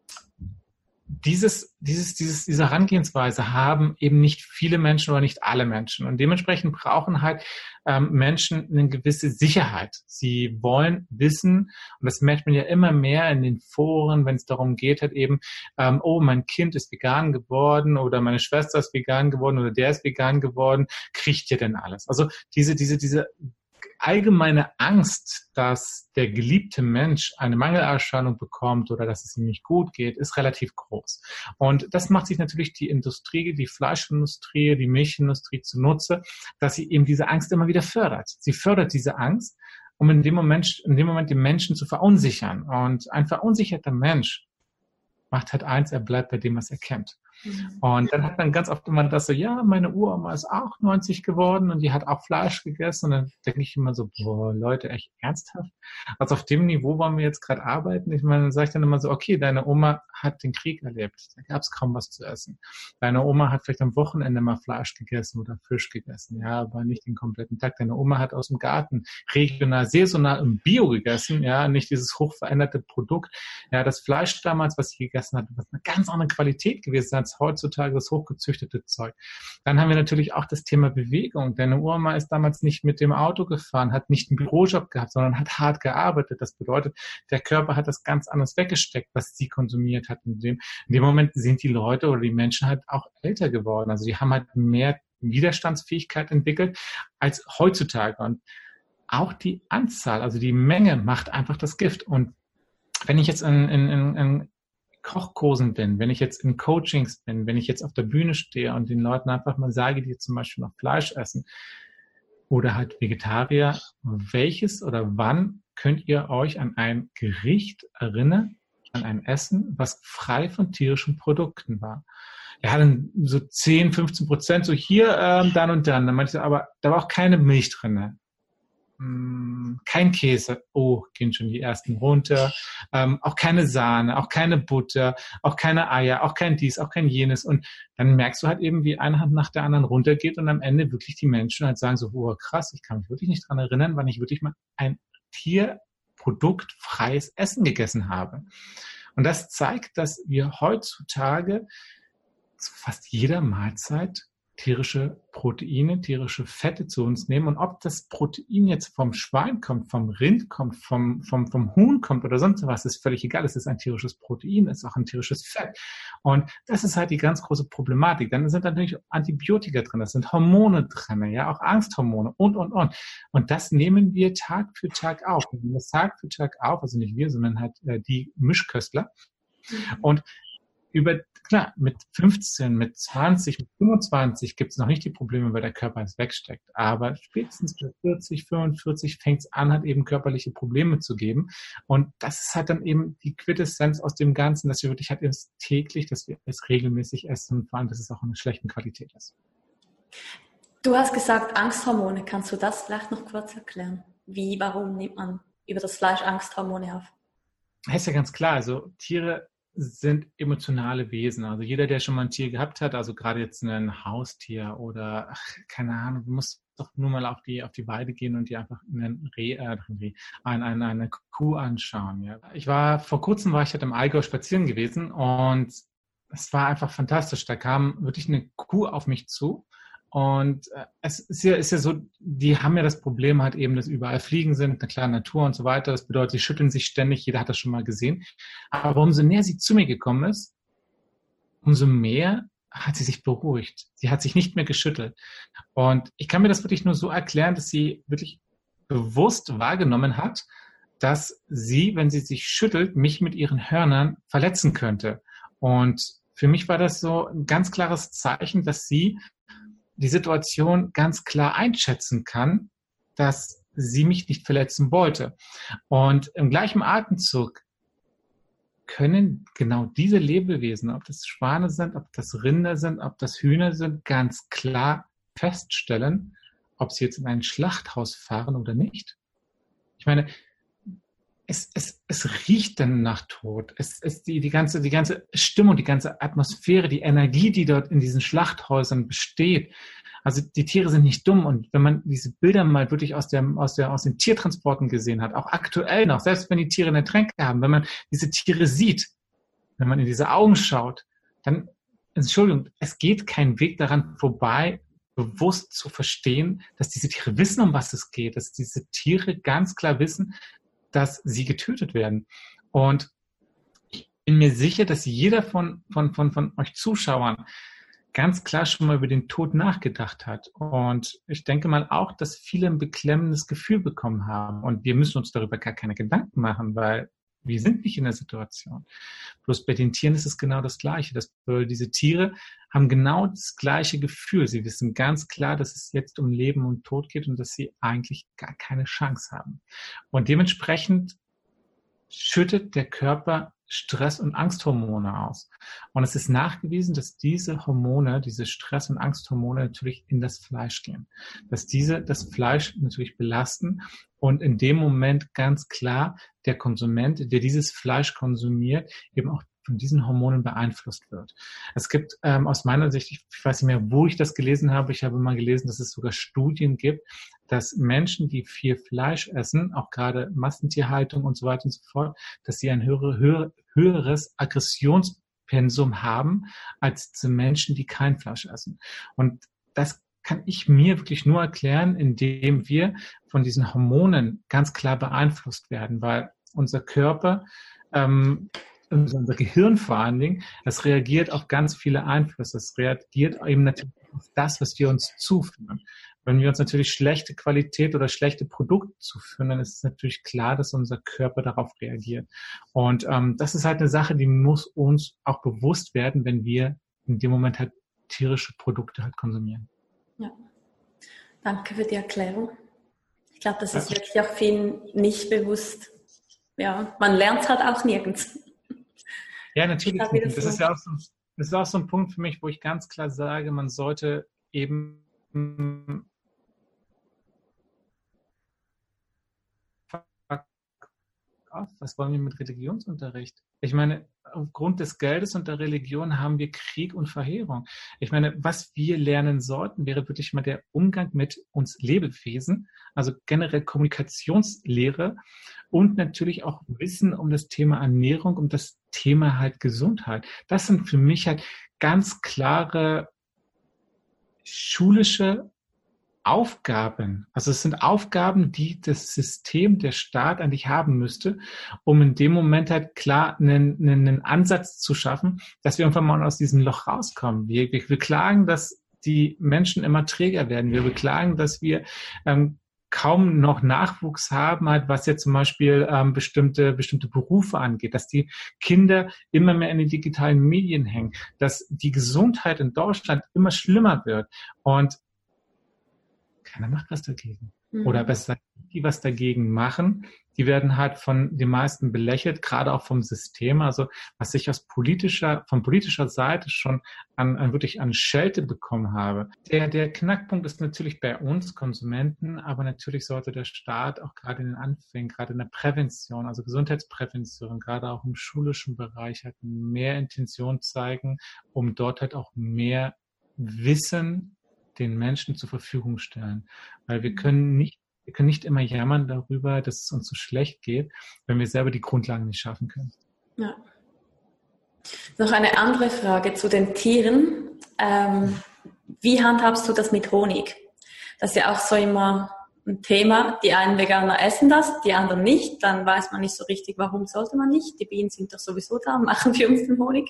Dieses, dieses, dieses, diese Herangehensweise haben eben nicht viele Menschen oder nicht alle Menschen. Und dementsprechend brauchen halt ähm, Menschen eine gewisse Sicherheit. Sie wollen wissen, und das merkt man ja immer mehr in den Foren, wenn es darum geht, halt eben, ähm, oh, mein Kind ist vegan geworden oder meine Schwester ist vegan geworden oder der ist vegan geworden, kriegt ihr denn alles? Also diese, diese, diese allgemeine Angst, dass der geliebte Mensch eine Mangelerscheinung bekommt oder dass es ihm nicht gut geht, ist relativ groß. Und das macht sich natürlich die Industrie, die Fleischindustrie, die Milchindustrie zunutze, dass sie eben diese Angst immer wieder fördert. Sie fördert diese Angst, um in dem Moment, in dem Moment den Menschen zu verunsichern. Und ein verunsicherter Mensch macht halt eins, er bleibt bei dem, was er kennt. Und dann hat man ganz oft immer das so, ja, meine Uroma ist auch neunzig geworden und die hat auch Fleisch gegessen. Und dann denke ich immer so, boah, Leute, echt ernsthaft? Also auf dem Niveau wollen wir jetzt gerade arbeiten. Ich meine, dann sage ich dann immer so, okay, deine Oma hat den Krieg erlebt. Da gab es kaum was zu essen. Deine Oma hat vielleicht am Wochenende mal Fleisch gegessen oder Fisch gegessen. Ja, aber nicht den kompletten Tag. Deine Oma hat aus dem Garten regional, saisonal im Bio gegessen. Ja, nicht dieses hochveränderte Produkt. Ja, das Fleisch damals, was sie gegessen hat, was eine ganz andere Qualität gewesen hat, heutzutage das hochgezüchtete Zeug. Dann haben wir natürlich auch das Thema Bewegung. Deine Oma ist damals nicht mit dem Auto gefahren, hat nicht einen Bürojob gehabt, sondern hat hart gearbeitet. Das bedeutet, der Körper hat das ganz anders weggesteckt, was sie konsumiert hat. In dem, in dem Moment sind die Leute oder die Menschen halt auch älter geworden. Also die haben halt mehr Widerstandsfähigkeit entwickelt als heutzutage. Und auch die Anzahl, also die Menge macht einfach das Gift. Und wenn ich jetzt in, in, in, in Kochkursen bin, wenn ich jetzt in Coachings bin, wenn ich jetzt auf der Bühne stehe und den Leuten einfach mal sage, die zum Beispiel noch Fleisch essen oder halt Vegetarier, welches oder wann könnt ihr euch an ein Gericht erinnern, an ein Essen, was frei von tierischen Produkten war? Ja, dann so zehn, fünfzehn Prozent, so hier, ähm, dann und dann. Dann meinte ich, aber da war auch keine Milch drin. Kein Käse, oh, gehen schon die ersten runter, ähm, auch keine Sahne, auch keine Butter, auch keine Eier, auch kein dies, auch kein jenes und dann merkst du halt eben, wie eine Hand nach der anderen runtergeht und am Ende wirklich die Menschen halt sagen so, oh krass, ich kann mich wirklich nicht dran erinnern, wann ich wirklich mal ein tierproduktfreies Essen gegessen habe. Und das zeigt, dass wir heutzutage zu fast jeder Mahlzeit tierische Proteine, tierische Fette zu uns nehmen. Und ob das Protein jetzt vom Schwein kommt, vom Rind kommt, vom, vom, vom Huhn kommt oder sonst was, ist völlig egal. Es ist ein tierisches Protein, es ist auch ein tierisches Fett. Und das ist halt die ganz große Problematik. Dann sind natürlich Antibiotika drin, das sind Hormone drin, ja, auch Angsthormone und, und, und. Und das nehmen wir Tag für Tag auf. Wir nehmen das Tag für Tag auf, also nicht wir, sondern halt äh, die Mischköstler. Und über, klar, mit fünfzehn, mit zwanzig, mit fünfundzwanzig gibt es noch nicht die Probleme, weil der Körper es wegsteckt. Aber spätestens bei vierzig, fünfundvierzig fängt es an, halt eben körperliche Probleme zu geben. Und das ist halt dann eben die Quintessenz aus dem Ganzen, dass wir wirklich halt es täglich, dass wir es regelmäßig essen und vor allem, dass es auch in einer schlechten Qualität ist. Du hast gesagt Angsthormone. Kannst du das vielleicht noch kurz erklären? Wie, warum nimmt man über das Fleisch Angsthormone auf? Das ist ja ganz klar. Also Tiere sind emotionale Wesen. Also jeder, der schon mal ein Tier gehabt hat, also gerade jetzt ein Haustier oder ach, keine Ahnung, du musst doch nur mal auf die auf die Weide gehen und dir einfach einen Reh, äh, eine, eine, eine Kuh anschauen. Ja. Ich war vor kurzem war ich halt im Allgäu spazieren gewesen und es war einfach fantastisch. Da kam wirklich eine Kuh auf mich zu. Und äh, es ist ja, ist ja so, die haben ja das Problem halt eben, dass überall Fliegen sind, eine klare Natur und so weiter. Das bedeutet, sie schütteln sich ständig, jeder hat das schon mal gesehen. Aber umso näher sie zu mir gekommen ist, umso mehr hat sie sich beruhigt. Sie hat sich nicht mehr geschüttelt. Und ich kann mir das wirklich nur so erklären, dass sie wirklich bewusst wahrgenommen hat, dass sie, wenn sie sich schüttelt, mich mit ihren Hörnern verletzen könnte. Und für mich war das so ein ganz klares Zeichen, dass sie die Situation ganz klar einschätzen kann, dass sie mich nicht verletzen wollte. Und im gleichen Atemzug können genau diese Lebewesen, ob das Schwane sind, ob das Rinder sind, ob das Hühner sind, ganz klar feststellen, ob sie jetzt in ein Schlachthaus fahren oder nicht. Ich meine, es, es, es riecht dann nach Tod. Es ist die, die, ganze, die ganze Stimmung, die ganze Atmosphäre, die Energie, die dort in diesen Schlachthäusern besteht. Also die Tiere sind nicht dumm. Und wenn man diese Bilder mal wirklich aus, der, aus, der, aus den Tiertransporten gesehen hat, auch aktuell noch, selbst wenn die Tiere eine Tränke haben, wenn man diese Tiere sieht, wenn man in diese Augen schaut, dann, Entschuldigung, es geht kein Weg daran vorbei, bewusst zu verstehen, dass diese Tiere wissen, um was es geht, dass diese Tiere ganz klar wissen, dass sie getötet werden. Und ich bin mir sicher, dass jeder von, von, von, von euch Zuschauern ganz klar schon mal über den Tod nachgedacht hat. Und ich denke mal auch, dass viele ein beklemmendes Gefühl bekommen haben. Und wir müssen uns darüber gar keine Gedanken machen, weil wir sind nicht in der Situation. Bloß bei den Tieren ist es genau das Gleiche. Das, diese Tiere haben genau das gleiche Gefühl. Sie wissen ganz klar, dass es jetzt um Leben und Tod geht und dass sie eigentlich gar keine Chance haben. Und dementsprechend schüttet der Körper Stress- und Angsthormone aus. Und es ist nachgewiesen, dass diese Hormone, diese Stress- und Angsthormone natürlich in das Fleisch gehen. Dass diese das Fleisch natürlich belasten und in dem Moment ganz klar der Konsument, der dieses Fleisch konsumiert, eben auch von diesen Hormonen beeinflusst wird. Es gibt ähm, aus meiner Sicht, ich weiß nicht mehr, wo ich das gelesen habe, ich habe mal gelesen, dass es sogar Studien gibt, dass Menschen, die viel Fleisch essen, auch gerade Massentierhaltung und so weiter und so fort, dass sie ein höhere, höher, höheres Aggressionspensum haben als die Menschen, die kein Fleisch essen. Und das kann ich mir wirklich nur erklären, indem wir von diesen Hormonen ganz klar beeinflusst werden, weil unser Körper, ähm, unser Gehirn vor allen Dingen, das reagiert auf ganz viele Einflüsse. Es reagiert eben natürlich auf das, was wir uns zuführen. Wenn wir uns natürlich schlechte Qualität oder schlechte Produkte zuführen, dann ist es natürlich klar, dass unser Körper darauf reagiert. Und ähm, das ist halt eine Sache, die muss uns auch bewusst werden, wenn wir in dem Moment halt tierische Produkte halt konsumieren. Ja, danke für die Erklärung. Ich glaube, das ist ja wirklich auch vielen nicht bewusst. Ja, man lernt es halt auch nirgends. Ja, natürlich. Das, das, ist ja auch so, das ist auch so ein Punkt für mich, wo ich ganz klar sage, man sollte eben was wollen wir mit Religionsunterricht? Ich meine, aufgrund des Geldes und der Religion haben wir Krieg und Verheerung. Ich meine, was wir lernen sollten, wäre wirklich mal der Umgang mit uns Lebewesen, also generell Kommunikationslehre und natürlich auch Wissen um das Thema Ernährung, um das Thema halt Gesundheit. Das sind für mich halt ganz klare schulische Aufgaben. Also es sind Aufgaben, die das System, der Staat eigentlich haben müsste, um in dem Moment halt klar einen, einen Ansatz zu schaffen, dass wir irgendwann mal aus diesem Loch rauskommen. Wir, wir beklagen, dass die Menschen immer träger werden. Wir beklagen, dass wir ähm, kaum noch Nachwuchs haben, halt, was jetzt zum Beispiel ähm, bestimmte, bestimmte Berufe angeht, dass die Kinder immer mehr in den digitalen Medien hängen, dass die Gesundheit in Deutschland immer schlimmer wird und keiner macht was dagegen. Mhm. Oder besser, die was dagegen machen, die werden halt von den meisten belächelt, gerade auch vom System. Also was ich aus politischer, von politischer Seite schon an, an wirklich an Schelte bekommen habe. Der, der Knackpunkt ist natürlich bei uns Konsumenten, aber natürlich sollte der Staat auch gerade in den Anfängen, gerade in der Prävention, also Gesundheitsprävention, gerade auch im schulischen Bereich halt mehr Intention zeigen, um dort halt auch mehr Wissen den Menschen zur Verfügung stellen. Weil wir können nicht, wir können nicht immer jammern darüber, dass es uns so schlecht geht, wenn wir selber die Grundlagen nicht schaffen können. Ja. Noch eine andere Frage zu den Tieren. Ähm, wie handhabst du das mit Honig? Das ist ja auch so immer ein Thema. Die einen Veganer essen das, die anderen nicht. Dann weiß man nicht so richtig, warum sollte man nicht. Die Bienen sind doch sowieso da und machen für uns den Honig.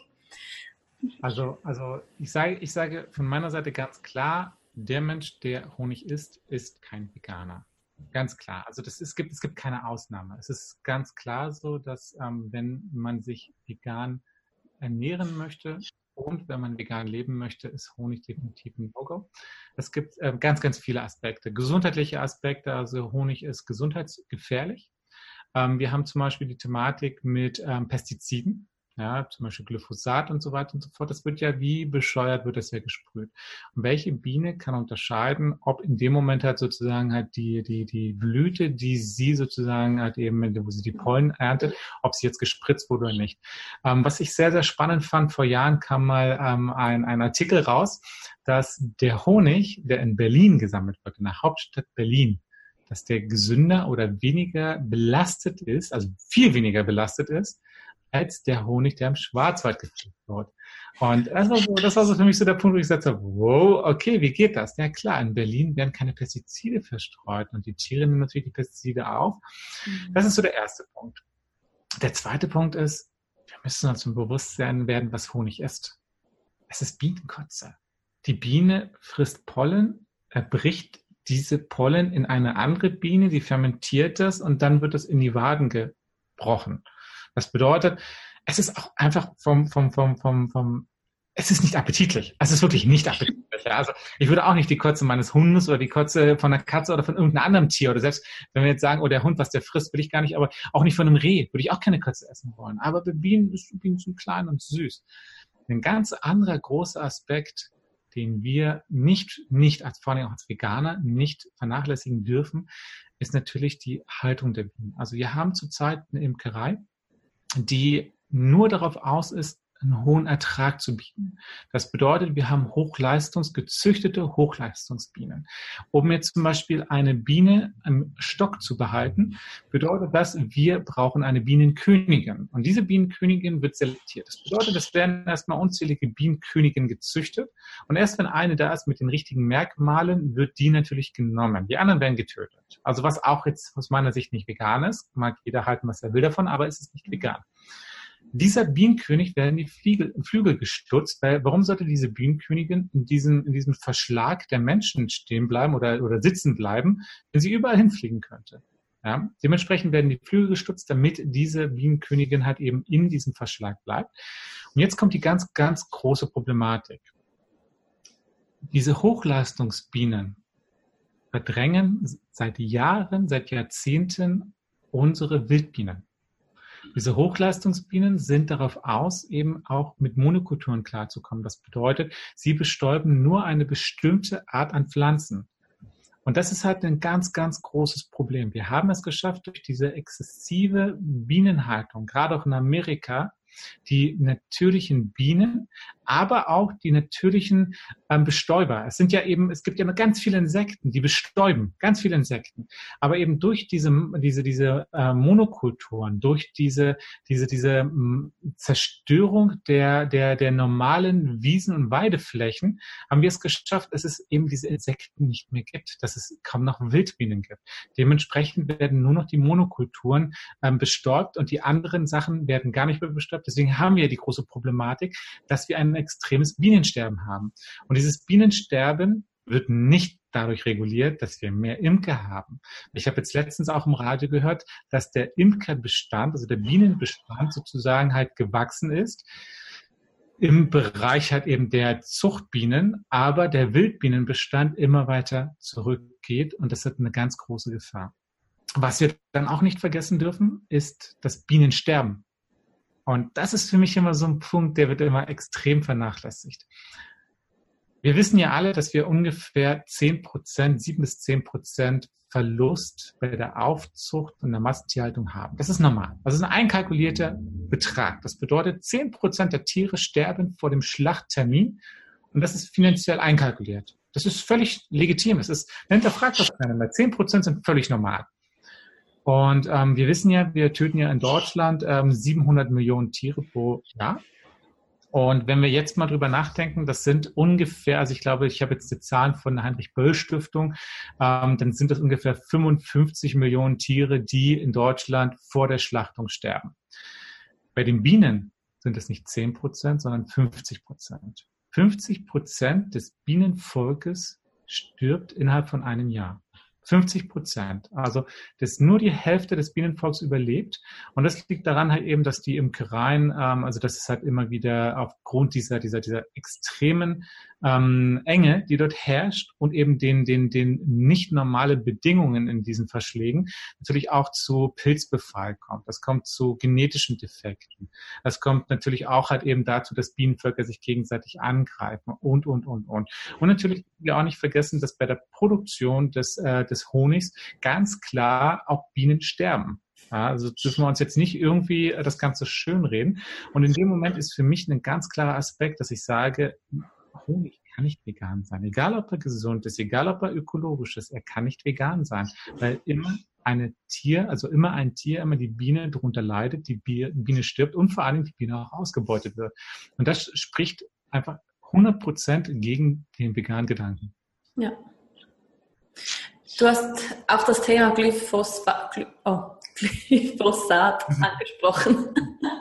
Also, also ich sage, ich sage von meiner Seite ganz klar, der Mensch, der Honig isst, ist kein Veganer. Ganz klar. Also das ist, es gibt, es gibt keine Ausnahme. Es ist ganz klar so, dass ähm, wenn man sich vegan ernähren möchte und wenn man vegan leben möchte, ist Honig definitiv ein No-Go. Es gibt äh, ganz, ganz viele Aspekte. Gesundheitliche Aspekte, also Honig ist gesundheitsgefährlich. Ähm, wir haben zum Beispiel die Thematik mit ähm, Pestiziden. Ja, zum Beispiel Glyphosat und so weiter und so fort. Das wird ja wie bescheuert, wird das ja gesprüht. Und welche Biene kann unterscheiden, ob in dem Moment halt sozusagen halt die, die, die Blüte, die sie sozusagen halt eben, wo sie die Pollen erntet, ob sie jetzt gespritzt wurde oder nicht. Ähm, was ich sehr, sehr spannend fand, vor Jahren kam mal ähm, ein, ein Artikel raus, dass der Honig, der in Berlin gesammelt wird, in der Hauptstadt Berlin, dass der gesünder oder weniger belastet ist, also viel weniger belastet ist, als der Honig, der im Schwarzwald gepflückt wird. Und das war, so, das war so für mich so der Punkt, wo ich gesagt habe, wow, okay, wie geht das? Ja klar, in Berlin werden keine Pestizide verstreut und die Tiere nehmen natürlich die Pestizide auf. Das ist so der erste Punkt. Der zweite Punkt ist, wir müssen uns im Bewusstsein werden, was Honig ist. Es ist Bienenkotze. Die Biene frisst Pollen, erbricht diese Pollen in eine andere Biene, die fermentiert das und dann wird das in die Waden gebrochen. Das bedeutet, es ist auch einfach vom, vom, vom, vom, vom, es ist nicht appetitlich. Es ist wirklich nicht appetitlich. Ja. Also ich würde auch nicht die Kotze meines Hundes oder die Kotze von einer Katze oder von irgendeinem anderen Tier oder selbst, wenn wir jetzt sagen, oh, der Hund, was der frisst, will ich gar nicht, aber auch nicht von einem Reh, würde ich auch keine Kotze essen wollen. Aber bei Bienen ist Bienen so klein und süß. Ein ganz anderer großer Aspekt, den wir nicht, nicht als, vor allem auch als Veganer nicht vernachlässigen dürfen, ist natürlich die Haltung der Bienen. Also wir haben zurzeit eine Imkerei, die nur darauf aus ist, einen hohen Ertrag zu bieten. Das bedeutet, wir haben hochleistungsgezüchtete Hochleistungsbienen. Um jetzt zum Beispiel eine Biene im Stock zu behalten, bedeutet das, wir brauchen eine Bienenkönigin. Und diese Bienenkönigin wird selektiert. Das bedeutet, es werden erstmal unzählige Bienenköniginnen gezüchtet. Und erst wenn eine da ist mit den richtigen Merkmalen, wird die natürlich genommen. Die anderen werden getötet. Also was auch jetzt aus meiner Sicht nicht vegan ist, mag jeder halten, was er will davon, aber es ist nicht vegan. Dieser Bienenkönig werden die Fliegel, Flügel gestutzt, weil warum sollte diese Bienenkönigin in diesem, in diesem Verschlag der Menschen stehen bleiben oder, oder sitzen bleiben, wenn sie überall hinfliegen könnte? Ja? Dementsprechend werden die Flügel gestutzt, damit diese Bienenkönigin halt eben in diesem Verschlag bleibt. Und jetzt kommt die ganz, ganz große Problematik. Diese Hochleistungsbienen verdrängen seit Jahren, seit Jahrzehnten unsere Wildbienen. Diese Hochleistungsbienen sind darauf aus, eben auch mit Monokulturen klarzukommen. Das bedeutet, sie bestäuben nur eine bestimmte Art an Pflanzen. Und das ist halt ein ganz, ganz großes Problem. Wir haben es geschafft, durch diese exzessive Bienenhaltung, gerade auch in Amerika, die natürlichen Bienen, aber auch die natürlichen ähm, Bestäuber. Es sind ja eben, es gibt ja noch ganz viele Insekten, die bestäuben, ganz viele Insekten. Aber eben durch diese, diese, diese äh, Monokulturen, durch diese, diese, diese m, Zerstörung der, der, der normalen Wiesen- und Weideflächen haben wir es geschafft, dass es eben diese Insekten nicht mehr gibt, dass es kaum noch Wildbienen gibt. Dementsprechend werden nur noch die Monokulturen ähm, bestäubt und die anderen Sachen werden gar nicht mehr bestäubt. Deswegen haben wir die große Problematik, dass wir ein extremes Bienensterben haben. Und dieses Bienensterben wird nicht dadurch reguliert, dass wir mehr Imker haben. Ich habe jetzt letztens auch im Radio gehört, dass der Imkerbestand, also der Bienenbestand sozusagen halt gewachsen ist im Bereich halt eben der Zuchtbienen, aber der Wildbienenbestand immer weiter zurückgeht und das ist eine ganz große Gefahr. Was wir dann auch nicht vergessen dürfen, ist das Bienensterben. Und das ist für mich immer so ein Punkt, der wird immer extrem vernachlässigt. Wir wissen ja alle, dass wir ungefähr zehn Prozent, sieben bis zehn Prozent Verlust bei der Aufzucht und der Massentierhaltung haben. Das ist normal. Das ist ein einkalkulierter Betrag. Das bedeutet, zehn Prozent der Tiere sterben vor dem Schlachttermin und das ist finanziell einkalkuliert. Das ist völlig legitim. Das ist, hinterfragt das keiner mehr. zehn Prozent sind völlig normal. Und ähm, wir wissen ja, wir töten ja in Deutschland ähm, siebenhundert Millionen Tiere pro Jahr. Und wenn wir jetzt mal drüber nachdenken, das sind ungefähr, also ich glaube, ich habe jetzt die Zahlen von der Heinrich-Böll-Stiftung, ähm, dann sind das ungefähr fünfundfünfzig Millionen Tiere, die in Deutschland vor der Schlachtung sterben. Bei den Bienen sind es nicht zehn Prozent, sondern fünfzig Prozent. fünfzig Prozent des Bienenvolkes stirbt innerhalb von einem Jahr. fünfzig Prozent. Also das nur die Hälfte des Bienenvolks überlebt. Und das liegt daran halt eben, dass die Imkereien, ähm, also das ist halt immer wieder aufgrund dieser, dieser, dieser extremen ähm, Enge, die dort herrscht und eben den, den, den nicht normale Bedingungen in diesen Verschlägen natürlich auch zu Pilzbefall kommt. Das kommt zu genetischen Defekten. Das kommt natürlich auch halt eben dazu, dass Bienenvölker sich gegenseitig angreifen und, und, und, und. Und natürlich wir auch nicht vergessen, dass bei der Produktion des, äh, des Honigs ganz klar auch Bienen sterben. Ja, also dürfen wir uns jetzt nicht irgendwie das Ganze schönreden. Und in dem Moment ist für mich ein ganz klarer Aspekt, dass ich sage, Honig kann nicht vegan sein. Egal, ob er gesund ist, egal, ob er ökologisch ist, er kann nicht vegan sein. Weil immer eine Tier, also immer ein Tier, immer die Biene darunter leidet, die Biene stirbt und vor allem die Biene auch ausgebeutet wird. Und das spricht einfach hundert Prozent gegen den veganen Gedanken. Ja. Du hast auch das Thema Glyphosat, oh, Glyphosat angesprochen.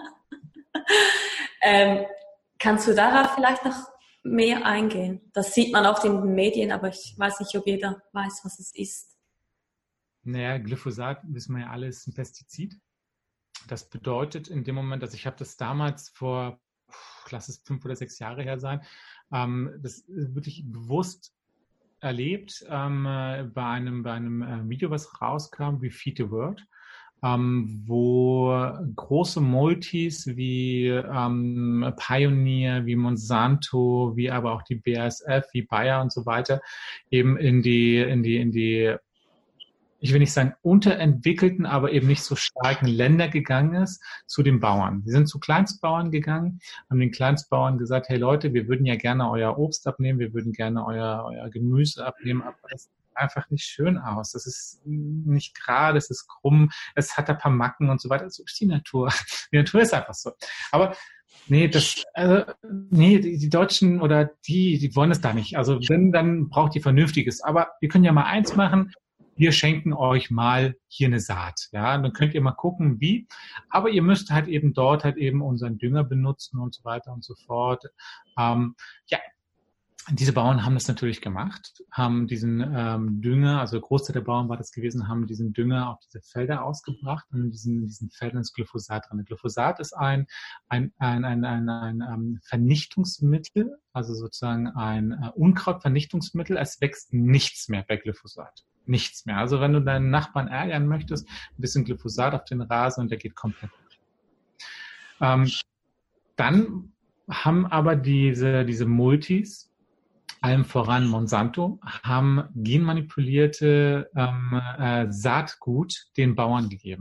ähm, kannst du darauf vielleicht noch mehr eingehen? Das sieht man oft in den Medien, aber ich weiß nicht, ob jeder weiß, was es ist. Naja, Glyphosat, wissen wir ja alle, ist ein Pestizid. Das bedeutet in dem Moment, also ich habe das damals vor, lass es fünf oder sechs Jahre her sein, ähm, das wirklich bewusst erlebt ähm, bei einem, bei einem äh, Video, was rauskam, wie Feed the World, ähm, wo große Multis wie ähm, Pioneer, wie Monsanto, wie aber auch die B A S F, wie Bayer und so weiter eben in die, in die, in die ich will nicht sagen unterentwickelten, aber eben nicht so starken Länder gegangen ist, zu den Bauern. Sie sind zu Kleinstbauern gegangen, haben den Kleinstbauern gesagt, hey Leute, wir würden ja gerne euer Obst abnehmen, wir würden gerne euer, euer Gemüse abnehmen, aber das sieht einfach nicht schön aus. Das ist nicht gerade, es ist krumm, es hat ein paar Macken und so weiter. So ist die Natur. Die Natur ist einfach so. Aber nee, das, also, nee, die, die Deutschen oder die, die wollen es da nicht. Also wenn, dann braucht ihr Vernünftiges. Aber wir können ja mal eins machen. Wir schenken euch mal hier eine Saat. Ja, dann könnt ihr mal gucken, wie. Aber ihr müsst halt eben dort halt eben unseren Dünger benutzen und so weiter und so fort. Ähm, ja, diese Bauern haben das natürlich gemacht, haben diesen ähm, Dünger, also der Großteil der Bauern war das gewesen, haben diesen Dünger auf diese Felder ausgebracht und in diesen, in diesen Feldern ist Glyphosat drin. Glyphosat ist ein, ein, ein, ein, ein, ein, ein Vernichtungsmittel, also sozusagen ein äh, Unkrautvernichtungsmittel. Es wächst nichts mehr bei Glyphosat. Nichts mehr. Also wenn du deinen Nachbarn ärgern möchtest, ein bisschen Glyphosat auf den Rasen und der geht komplett weg. Ähm, dann haben aber diese, diese Multis, allem voran Monsanto, haben genmanipulierte ähm, äh, Saatgut den Bauern gegeben.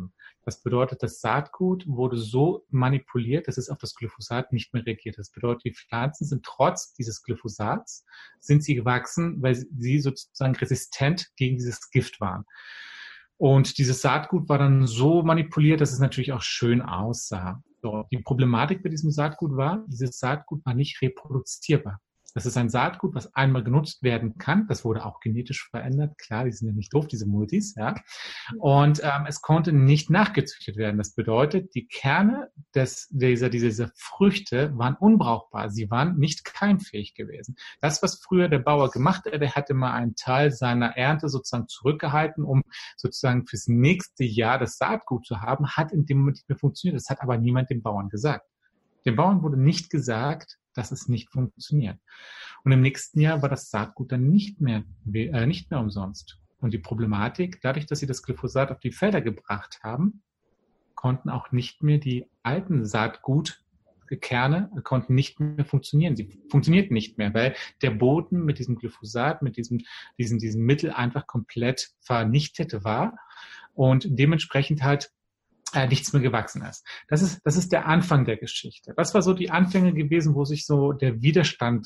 Das bedeutet, das Saatgut wurde so manipuliert, dass es auf das Glyphosat nicht mehr reagiert. Das bedeutet, die Pflanzen sind trotz dieses Glyphosats, sind sie gewachsen, weil sie sozusagen resistent gegen dieses Gift waren. Und dieses Saatgut war dann so manipuliert, dass es natürlich auch schön aussah. So, die Problematik bei diesem Saatgut war, dieses Saatgut war nicht reproduzierbar. Das ist ein Saatgut, was einmal genutzt werden kann. Das wurde auch genetisch verändert. Klar, die sind ja nicht doof, diese Multis, ja. Und ähm, es konnte nicht nachgezüchtet werden. Das bedeutet, die Kerne des, dieser, dieser Früchte waren unbrauchbar. Sie waren nicht keimfähig gewesen. Das, was früher der Bauer gemacht hat, der hatte mal einen Teil seiner Ernte sozusagen zurückgehalten, um sozusagen fürs nächste Jahr das Saatgut zu haben, hat in dem Moment nicht mehr funktioniert. Das hat aber niemand dem Bauern gesagt. Dem Bauern wurde nicht gesagt, dass es nicht funktioniert. Und im nächsten Jahr war das Saatgut dann nicht mehr, äh, nicht mehr umsonst. Und die Problematik, dadurch, dass sie das Glyphosat auf die Felder gebracht haben, konnten auch nicht mehr die alten Saatgutkerne, konnten nicht mehr funktionieren. Sie funktionierten nicht mehr, weil der Boden mit diesem Glyphosat, mit diesem, diesem, diesem Mittel einfach komplett vernichtet war und dementsprechend halt Äh, nichts mehr gewachsen ist. Das ist, das ist der Anfang der Geschichte. Das war so die Anfänge gewesen, wo sich so der Widerstand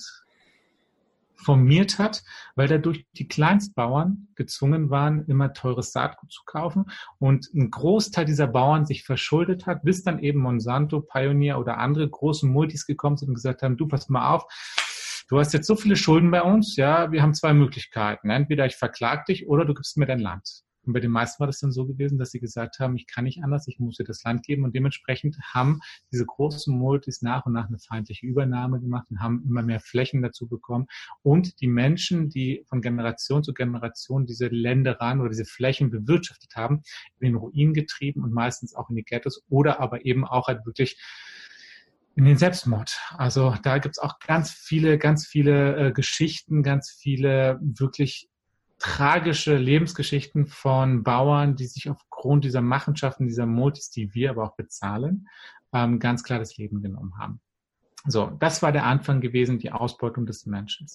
formiert hat, weil dadurch die Kleinstbauern gezwungen waren, immer teures Saatgut zu kaufen und ein Großteil dieser Bauern sich verschuldet hat, bis dann eben Monsanto, Pioneer oder andere große Multis gekommen sind und gesagt haben, du, pass mal auf, du hast jetzt so viele Schulden bei uns, ja, wir haben zwei Möglichkeiten. Entweder ich verklag dich oder du gibst mir dein Land. Und bei den meisten war das dann so gewesen, dass sie gesagt haben, ich kann nicht anders, ich muss dir das Land geben. Und dementsprechend haben diese großen Multis nach und nach eine feindliche Übernahme gemacht und haben immer mehr Flächen dazu bekommen. Und die Menschen, die von Generation zu Generation diese Ländereien oder diese Flächen bewirtschaftet haben, in den Ruin getrieben und meistens auch in die Ghettos oder aber eben auch halt wirklich in den Selbstmord. Also da gibt's auch ganz viele, ganz viele äh, Geschichten, ganz viele wirklich tragische Lebensgeschichten von Bauern, die sich aufgrund dieser Machenschaften, dieser Multis, die wir aber auch bezahlen, ähm, ganz klar das Leben genommen haben. So, das war der Anfang gewesen, die Ausbeutung des Menschen.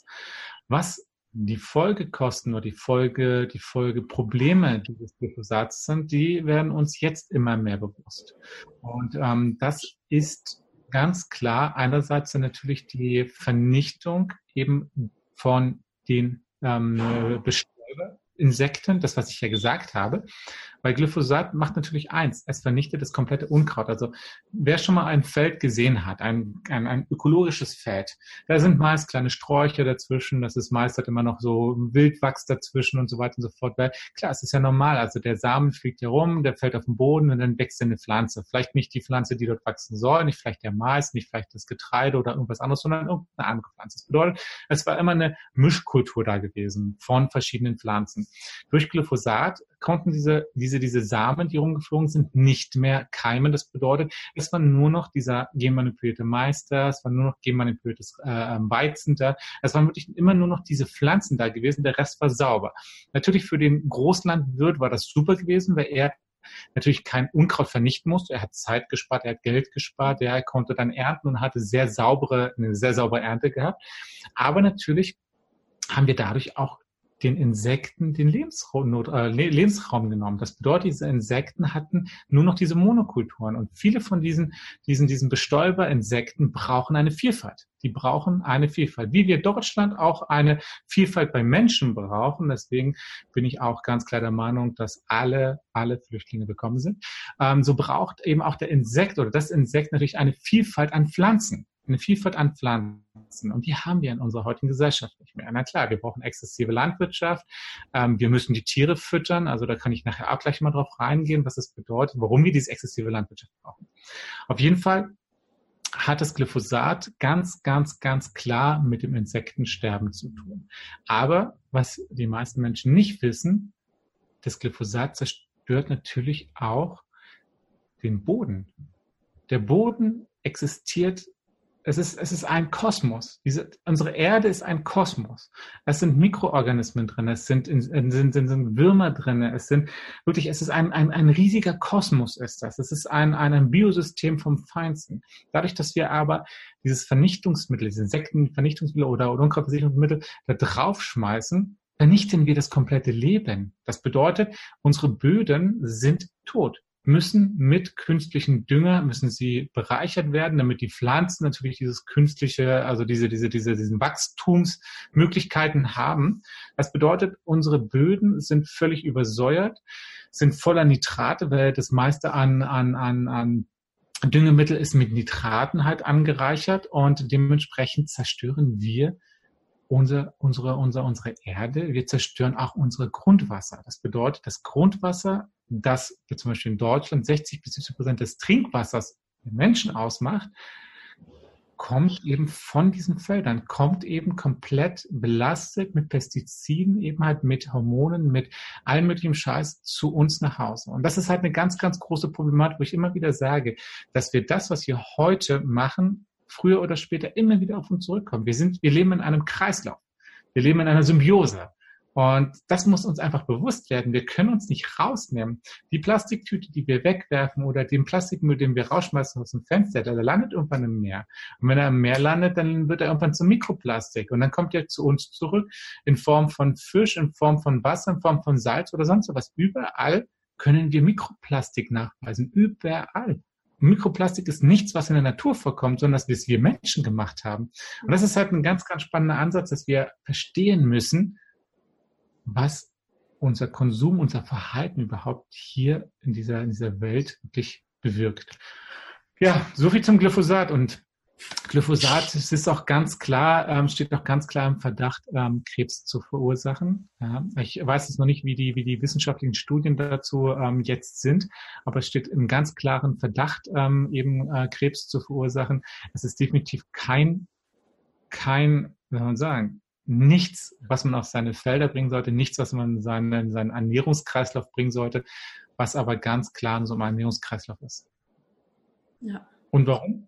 Was die Folgekosten oder die Folge, die Folgeprobleme dieses Glyphosats sind, die werden uns jetzt immer mehr bewusst. Und ähm, das ist ganz klar einerseits dann natürlich die Vernichtung eben von den ähm, Bestäuber, Insekten, das, was ich ja gesagt habe. Weil Glyphosat macht natürlich eins, es vernichtet das komplette Unkraut. Also wer schon mal ein Feld gesehen hat, ein, ein, ein ökologisches Feld, da sind meist kleine Sträucher dazwischen, das ist meist halt immer noch so Wildwachs dazwischen und so weiter und so fort. Weil klar, es ist ja normal, also der Samen fliegt hier rum, der fällt auf den Boden und dann wächst eine Pflanze. Vielleicht nicht die Pflanze, die dort wachsen soll, nicht vielleicht der Mais, nicht vielleicht das Getreide oder irgendwas anderes, sondern irgendeine andere Pflanze. Das bedeutet, es war immer eine Mischkultur da gewesen von verschiedenen Pflanzen. Durch Glyphosat konnten diese, diese, diese Samen, die rumgeflogen sind, nicht mehr keimen. Das bedeutet, es war nur noch dieser genmanipulierte Mais da, es war nur noch genmanipuliertes äh, Weizen da. Es waren wirklich immer nur noch diese Pflanzen da gewesen, der Rest war sauber. Natürlich für den Großlandwirt war das super gewesen, weil er natürlich kein Unkraut vernichten musste. Er hat Zeit gespart, er hat Geld gespart, er konnte dann ernten und hatte sehr saubere, eine sehr saubere Ernte gehabt. Aber natürlich haben wir dadurch auch den Insekten den Lebensraum, äh, Lebensraum genommen. Das bedeutet, diese Insekten hatten nur noch diese Monokulturen. Und viele von diesen, diesen, diesen Bestäuberinsekten brauchen eine Vielfalt. Die brauchen eine Vielfalt. Wie wir Deutschland auch eine Vielfalt bei Menschen brauchen. Deswegen bin ich auch ganz klar der Meinung, dass alle, alle Flüchtlinge willkommen sind. Ähm, so braucht eben auch der Insekt oder das Insekt natürlich eine Vielfalt an Pflanzen. Eine Vielfalt an Pflanzen. Und die haben wir in unserer heutigen Gesellschaft nicht mehr. Na klar, wir brauchen exzessive Landwirtschaft. Ähm, wir müssen die Tiere füttern. Also da kann ich nachher auch gleich mal drauf reingehen, was das bedeutet, warum wir diese exzessive Landwirtschaft brauchen. Auf jeden Fall hat das Glyphosat ganz, ganz, ganz klar mit dem Insektensterben zu tun. Aber was die meisten Menschen nicht wissen, das Glyphosat zerstört natürlich auch den Boden. Der Boden existiert Es ist, es ist ein Kosmos. Diese, unsere Erde ist ein Kosmos. Es sind Mikroorganismen drin, es sind, sind, sind, sind Würmer drin, es sind wirklich, es ist ein, ein, ein riesiger Kosmos ist das. Es ist ein, ein, ein Biosystem vom Feinsten. Dadurch, dass wir aber dieses Vernichtungsmittel, diese Insektenvernichtungsmittel oder, oder Unkrautversicherungsmittel da draufschmeißen, vernichten wir das komplette Leben. Das bedeutet, unsere Böden sind tot. müssen mit künstlichen Dünger, müssen sie bereichert werden, damit die Pflanzen natürlich dieses künstliche, also diese, diese, diese, diesen Wachstumsmöglichkeiten haben. Das bedeutet, unsere Böden sind völlig übersäuert, sind voller Nitrate, weil das meiste an, an, an, an Düngemittel ist mit Nitraten halt angereichert und dementsprechend zerstören wir unsere, unsere, unsere, unsere Erde. Wir zerstören auch unsere Grundwasser. Das bedeutet, das Grundwasser, das zum Beispiel in Deutschland sechzig bis siebzig Prozent des Trinkwassers der Menschen ausmacht, kommt eben von diesen Feldern, kommt eben komplett belastet mit Pestiziden, eben halt mit Hormonen, mit allem möglichen Scheiß zu uns nach Hause. Und das ist halt eine ganz, ganz große Problematik, wo ich immer wieder sage, dass wir das, was wir heute machen, früher oder später immer wieder auf uns zurückkommen. Wir sind, wir leben in einem Kreislauf. Wir leben in einer Symbiose. Und das muss uns einfach bewusst werden. Wir können uns nicht rausnehmen. Die Plastiktüte, die wir wegwerfen oder den Plastikmüll, den wir rausschmeißen aus dem Fenster, der landet irgendwann im Meer. Und wenn er im Meer landet, dann wird er irgendwann zum Mikroplastik. Und dann kommt er zu uns zurück in Form von Fisch, in Form von Wasser, in Form von Salz oder sonst was. Überall können wir Mikroplastik nachweisen. Überall. Mikroplastik ist nichts, was in der Natur vorkommt, sondern das wir Menschen gemacht haben. Und das ist halt ein ganz, ganz spannender Ansatz, dass wir verstehen müssen, was unser Konsum, unser Verhalten überhaupt hier in dieser, in dieser Welt wirklich bewirkt. Ja, so viel zum Glyphosat. Und Glyphosat, es ist auch ganz klar, ähm, steht auch ganz klar im Verdacht, ähm, Krebs zu verursachen. Ja, ich weiß jetzt noch nicht, wie die, wie die wissenschaftlichen Studien dazu ähm, jetzt sind, aber es steht im ganz klaren Verdacht, ähm, eben äh, Krebs zu verursachen. Es ist definitiv kein, kein, wie soll man sagen, nichts, was man auf seine Felder bringen sollte, nichts, was man in seinen, in seinen Ernährungskreislauf bringen sollte, was aber ganz klar in so einem Ernährungskreislauf ist. Ja. Und warum?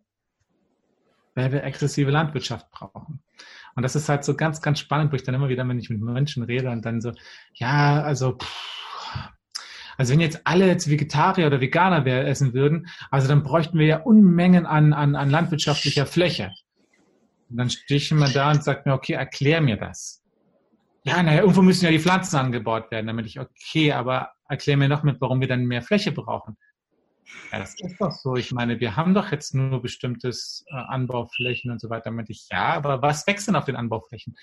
Weil wir exzessive Landwirtschaft brauchen. Und das ist halt so ganz, ganz spannend, wo ich dann immer wieder, wenn ich mit Menschen rede und dann so, ja, also, pff, also wenn jetzt alle jetzt Vegetarier oder Veganer wär, essen würden, also dann bräuchten wir ja Unmengen an, an, an landwirtschaftlicher Fläche. Und dann stehe ich immer da und sage mir, okay, erklär mir das. Ja, naja, irgendwo müssen ja die Pflanzen angebaut werden, damit ich, okay, aber erklär mir noch mit, warum wir dann mehr Fläche brauchen. Ja, das ist doch so. Ich meine, wir haben doch jetzt nur bestimmtes äh, Anbauflächen und so weiter. Damit ich, ja, aber was wächst denn auf den Anbauflächen?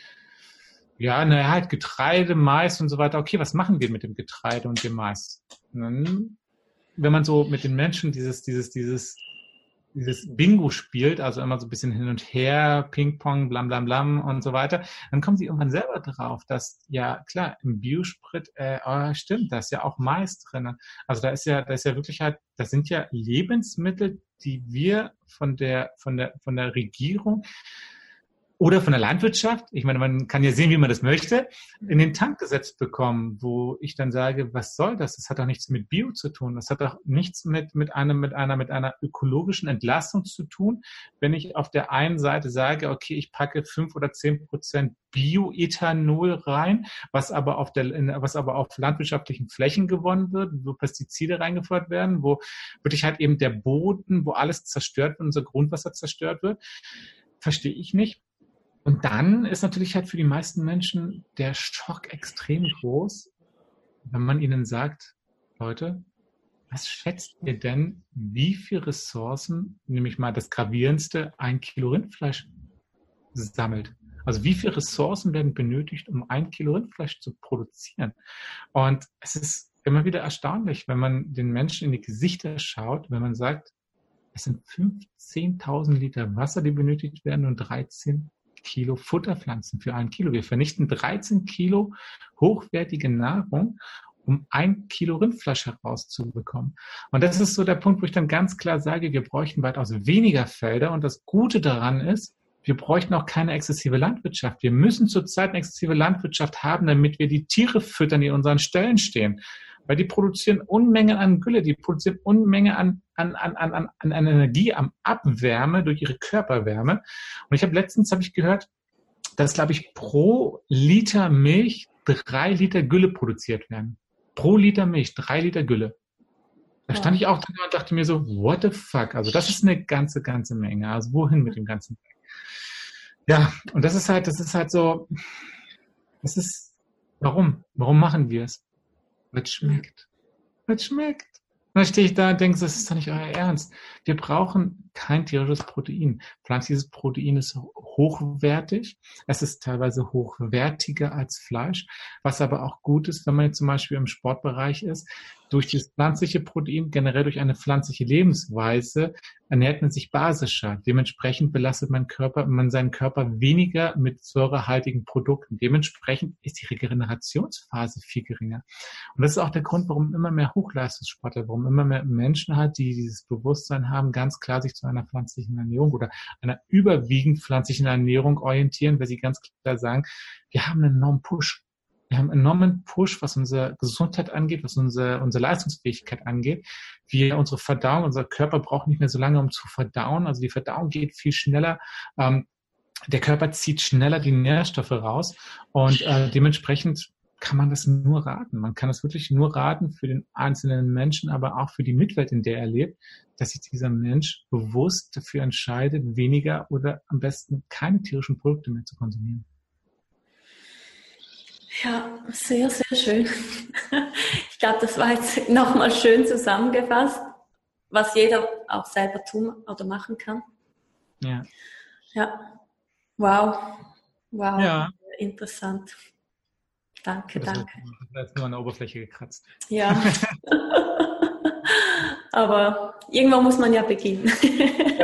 Ja, naja, halt Getreide, Mais und so weiter. Okay, was machen wir mit dem Getreide und dem Mais? Und dann, wenn man so mit den Menschen dieses, dieses, dieses, dieses Bingo spielt, also immer so ein bisschen hin und her, Ping-Pong, blam, blam, blam und so weiter, dann kommen sie irgendwann selber drauf, dass, ja, klar, im Biosprit, äh, oh, stimmt, da ist ja auch Mais drin. Also da ist ja, da ist ja wirklich halt, das sind ja Lebensmittel, die wir von der, von der, von der Regierung oder von der Landwirtschaft, ich meine, man kann ja sehen, wie man das möchte, in den Tank gesetzt bekommen, wo ich dann sage, was soll das? Das hat doch nichts mit Bio zu tun. Das hat doch nichts mit, mit einem, mit einer, mit einer ökologischen Entlastung zu tun. Wenn ich auf der einen Seite sage, okay, ich packe fünf oder zehn Prozent Bioethanol rein, was aber auf der, was aber auf landwirtschaftlichen Flächen gewonnen wird, wo Pestizide reingefeuert werden, wo wirklich halt eben der Boden, wo alles zerstört wird, unser Grundwasser zerstört wird, verstehe ich nicht. Und dann ist natürlich halt für die meisten Menschen der Schock extrem groß, wenn man ihnen sagt, Leute, was schätzt ihr denn, wie viele Ressourcen, nämlich mal das Gravierendste, ein Kilo Rindfleisch sammelt? Also wie viele Ressourcen werden benötigt, um ein Kilo Rindfleisch zu produzieren? Und es ist immer wieder erstaunlich, wenn man den Menschen in die Gesichter schaut, wenn man sagt, es sind fünfzehntausend Liter Wasser, die benötigt werden und dreizehn Kilo Futterpflanzen für ein Kilo. Wir vernichten dreizehn Kilo hochwertige Nahrung, um ein Kilo Rindfleisch herauszubekommen. Und das ist so der Punkt, wo ich dann ganz klar sage, wir bräuchten weitaus weniger Felder. Und das Gute daran ist, wir bräuchten auch keine exzessive Landwirtschaft. Wir müssen zurzeit eine exzessive Landwirtschaft haben, damit wir die Tiere füttern, die in unseren Ställen stehen. Weil die produzieren Unmengen an Gülle, die produzieren Unmengen an, an, an, an, an Energie, an Abwärme durch ihre Körperwärme. Und ich habe letztens, habe ich gehört, dass, glaube ich, pro Liter Milch drei Liter Gülle produziert werden. Pro Liter Milch drei Liter Gülle. Da stand ich auch drin und dachte mir so, what the fuck? Also das ist eine ganze, ganze Menge. Also wohin mit dem Ganzen? Ja, und das ist halt, das ist halt so, das ist, warum? Warum machen wir es? Weil es schmeckt. Weil es schmeckt. dann stehe ich da und denke, das ist doch nicht euer Ernst. Wir brauchen kein tierisches Protein. Pflanzliches Protein ist hochwertig. Es ist teilweise hochwertiger als Fleisch, was aber auch gut ist, wenn man jetzt zum Beispiel im Sportbereich ist. Durch dieses pflanzliche Protein, generell durch eine pflanzliche Lebensweise, ernährt man sich basischer. Dementsprechend belastet man Körper, man seinen Körper weniger mit säurehaltigen Produkten. Dementsprechend ist die Regenerationsphase viel geringer. Und das ist auch der Grund, warum immer mehr Hochleistungssportler, warum immer mehr Menschen hat, die dieses Bewusstsein haben, ganz klar sich zu einer pflanzlichen Ernährung oder einer überwiegend pflanzlichen Ernährung orientieren, weil sie ganz klar sagen, wir haben einen enormen Push. Wir haben einen enormen Push, was unsere Gesundheit angeht, was unsere, unsere Leistungsfähigkeit angeht. Wir, unsere Verdauung, unser Körper braucht nicht mehr so lange, um zu verdauen. Also die Verdauung geht viel schneller. Ähm, der Körper zieht schneller die Nährstoffe raus und äh, dementsprechend kann man das nur raten. Man kann das wirklich nur raten für den einzelnen Menschen, aber auch für die Mitwelt, in der er lebt, dass sich dieser Mensch bewusst dafür entscheidet, weniger oder am besten keine tierischen Produkte mehr zu konsumieren. Ja, sehr, sehr schön. Ich glaube, das war jetzt nochmal schön zusammengefasst, was jeder auch selber tun oder machen kann. Ja. Ja. Wow. Wow. Ja. Interessant. Danke, das danke. Das ist nur an der Oberfläche gekratzt. Ja. Aber irgendwo muss man ja beginnen. Das stimmt.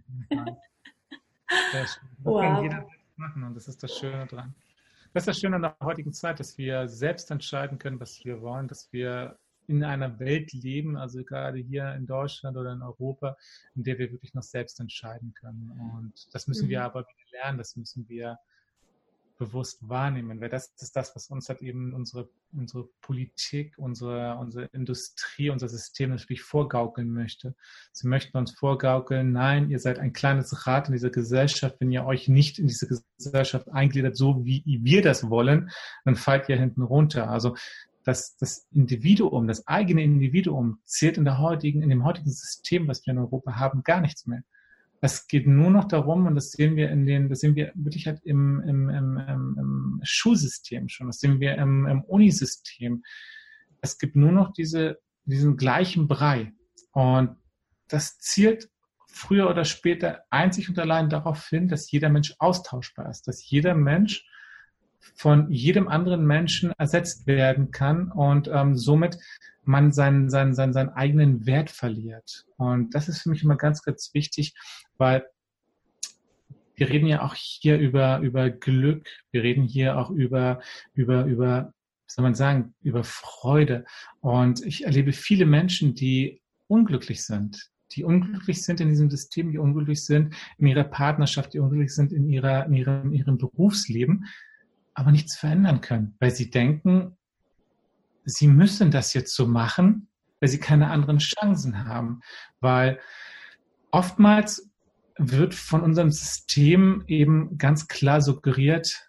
Das stimmt. Das Wow. kann jeder machen und das ist das Schöne dran. Das ist das Schöne an der heutigen Zeit, dass wir selbst entscheiden können, was wir wollen, dass wir in einer Welt leben, also gerade hier in Deutschland oder in Europa, in der wir wirklich noch selbst entscheiden können. Und das müssen mhm. wir aber wieder lernen, das müssen wir bewusst wahrnehmen, weil das ist das, was uns halt eben unsere, unsere Politik, unsere, unsere Industrie, unser System natürlich vorgaukeln möchte. Sie möchten uns vorgaukeln, nein, ihr seid ein kleines Rad in dieser Gesellschaft, wenn ihr euch nicht in diese Gesellschaft eingliedert, so wie wir das wollen, dann fallt ihr hinten runter. Also das, das Individuum, das eigene Individuum zählt in der heutigen, in dem heutigen System, was wir in Europa haben, gar nichts mehr. Es geht nur noch darum, und das sehen wir in den, das sehen wir wirklich halt im, im, im, im Schulsystem schon, das sehen wir im, im Unisystem. Es gibt nur noch diese, diesen gleichen Brei. Und das zielt früher oder später einzig und allein darauf hin, dass jeder Mensch austauschbar ist, dass jeder Mensch von jedem anderen Menschen ersetzt werden kann und ähm, somit man seinen, seinen, seinen, seinen eigenen Wert verliert. Und das ist für mich immer ganz, ganz wichtig, weil wir reden ja auch hier über, über Glück, wir reden hier auch über, über, über, wie soll man sagen, über Freude. Und ich erlebe viele Menschen, die unglücklich sind, die unglücklich sind in diesem System, die unglücklich sind in ihrer Partnerschaft, die unglücklich sind in ihrer, in ihrem, in ihrem Berufsleben, aber nichts verändern können, weil sie denken, sie müssen das jetzt so machen, weil sie keine anderen Chancen haben. Weil oftmals wird von unserem System eben ganz klar suggeriert,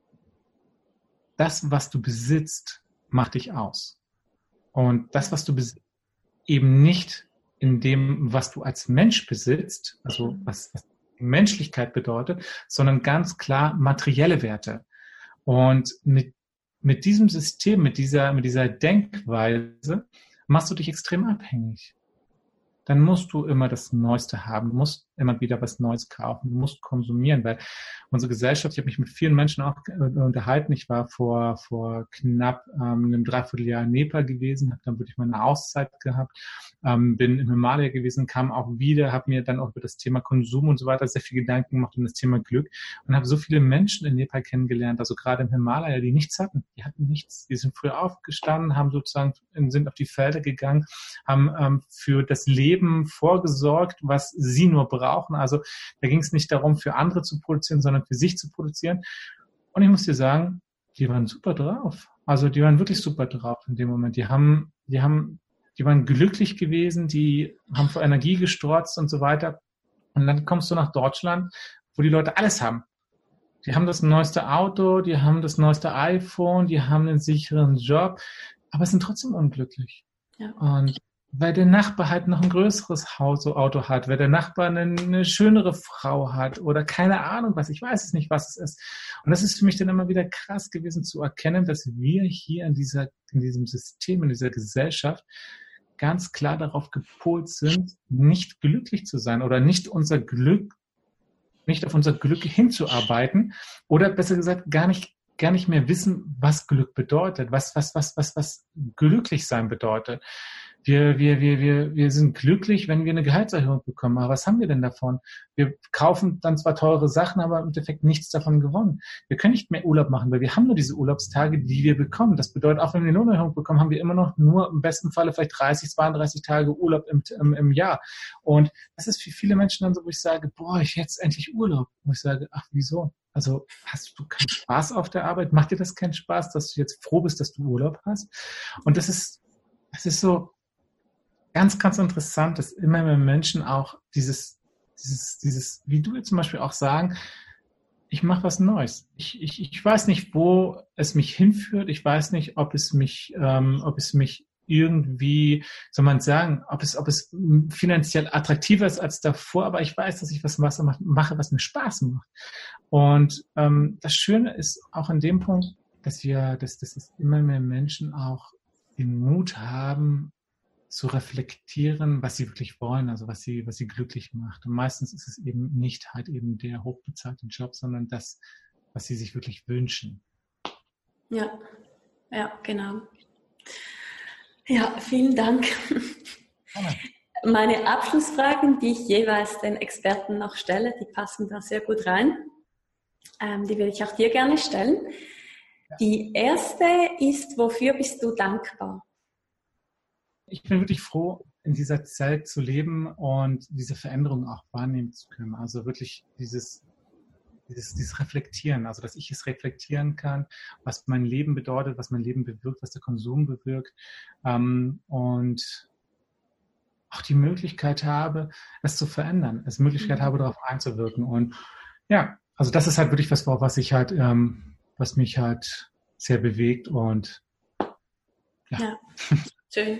das, was du besitzt, macht dich aus. Und das, was du besitzt, eben nicht in dem, was du als Mensch besitzt, also was, was Menschlichkeit bedeutet, sondern ganz klar materielle Werte. Und mit, mit diesem System, mit dieser, mit dieser Denkweise machst du dich extrem abhängig. Dann musst du immer das Neueste haben. Du musst immer wieder was Neues kaufen. Du musst konsumieren, weil unsere Gesellschaft, ich habe mich mit vielen Menschen auch unterhalten. Ich war vor, vor knapp ähm, einem Dreivierteljahr in Nepal gewesen, habe dann wirklich meine Auszeit gehabt, ähm, bin im Himalaya gewesen, kam auch wieder, habe mir dann auch über das Thema Konsum und so weiter sehr viel Gedanken gemacht um das Thema Glück und habe so viele Menschen in Nepal kennengelernt, also gerade im Himalaya, die nichts hatten. Die hatten nichts. Die sind früher aufgestanden, haben sozusagen, sind auf die Felder gegangen, haben ähm, für das Leben vorgesorgt, was sie nur brauchen. Also da ging es nicht darum, für andere zu produzieren, sondern für sich zu produzieren. Und ich muss dir sagen, die waren super drauf. Also die waren wirklich super drauf in dem Moment. Die haben, die haben, die waren glücklich gewesen, die haben vor Energie gestrotzt und so weiter. Und dann kommst du nach Deutschland, wo die Leute alles haben. Die haben das neueste Auto, die haben das neueste iPhone, die haben einen sicheren Job, aber sind trotzdem unglücklich. Ja. Und weil der Nachbar halt noch ein größeres Haus, Auto hat, weil der Nachbar eine, eine schönere Frau hat oder keine Ahnung was, ich weiß es nicht, was es ist. Und das ist für mich dann immer wieder krass gewesen zu erkennen, dass wir hier in dieser, in diesem System, in dieser Gesellschaft ganz klar darauf gepolt sind, nicht glücklich zu sein oder nicht unser Glück, nicht auf unser Glück hinzuarbeiten oder besser gesagt gar nicht, gar nicht mehr wissen, was Glück bedeutet, was, was, was, was, was glücklich sein bedeutet. Wir, wir, wir, wir, wir sind glücklich, wenn wir eine Gehaltserhöhung bekommen. Aber was haben wir denn davon? Wir kaufen dann zwar teure Sachen, aber im Endeffekt nichts davon gewonnen. Wir können nicht mehr Urlaub machen, weil wir haben nur diese Urlaubstage, die wir bekommen. Das bedeutet, auch wenn wir eine Lohnerhöhung bekommen, haben wir immer noch nur im besten Falle vielleicht dreißig, zweiunddreißig Tage Urlaub im, im, im Jahr. Und das ist für viele Menschen dann so, wo ich sage, boah, ich hätte jetzt endlich Urlaub. Wo ich sage, ach, wieso? Also hast du keinen Spaß auf der Arbeit? Macht dir das keinen Spaß, dass du jetzt froh bist, dass du Urlaub hast? Und das ist, das ist so, ganz, ganz interessant, dass immer mehr Menschen auch dieses, dieses, dieses, wie du jetzt zum Beispiel auch sagen, ich mache was Neues. Ich, ich, ich weiß nicht, wo es mich hinführt. Ich weiß nicht, ob es mich, ähm, ob es mich irgendwie, soll man sagen, ob es, ob es finanziell attraktiver ist als davor, aber ich weiß, dass ich was mache, was mir Spaß macht. Und ähm, das Schöne ist auch an dem Punkt, dass wir, dass, dass es immer mehr Menschen auch den Mut haben, zu reflektieren, was sie wirklich wollen, also was sie, was sie glücklich macht. Und meistens ist es eben nicht halt eben der hochbezahlte Job, sondern das, was sie sich wirklich wünschen. Ja, ja, genau. Ja, vielen Dank. Ja. Meine Abschlussfragen, die ich jeweils den Experten noch stelle, die passen da sehr gut rein. Ähm, die will ich auch dir gerne stellen. Ja. Die erste ist, wofür bist du dankbar? Ich bin wirklich froh, in dieser Zeit zu leben und diese Veränderung auch wahrnehmen zu können. Also wirklich dieses, dieses, dieses Reflektieren, also dass ich es reflektieren kann, was mein Leben bedeutet, was mein Leben bewirkt, was der Konsum bewirkt, ähm, und auch die Möglichkeit habe, es zu verändern, es die Möglichkeit habe, darauf einzuwirken. Und ja, also das ist halt wirklich was, was ich halt, ähm, was mich halt sehr bewegt und ja. Ja, schön.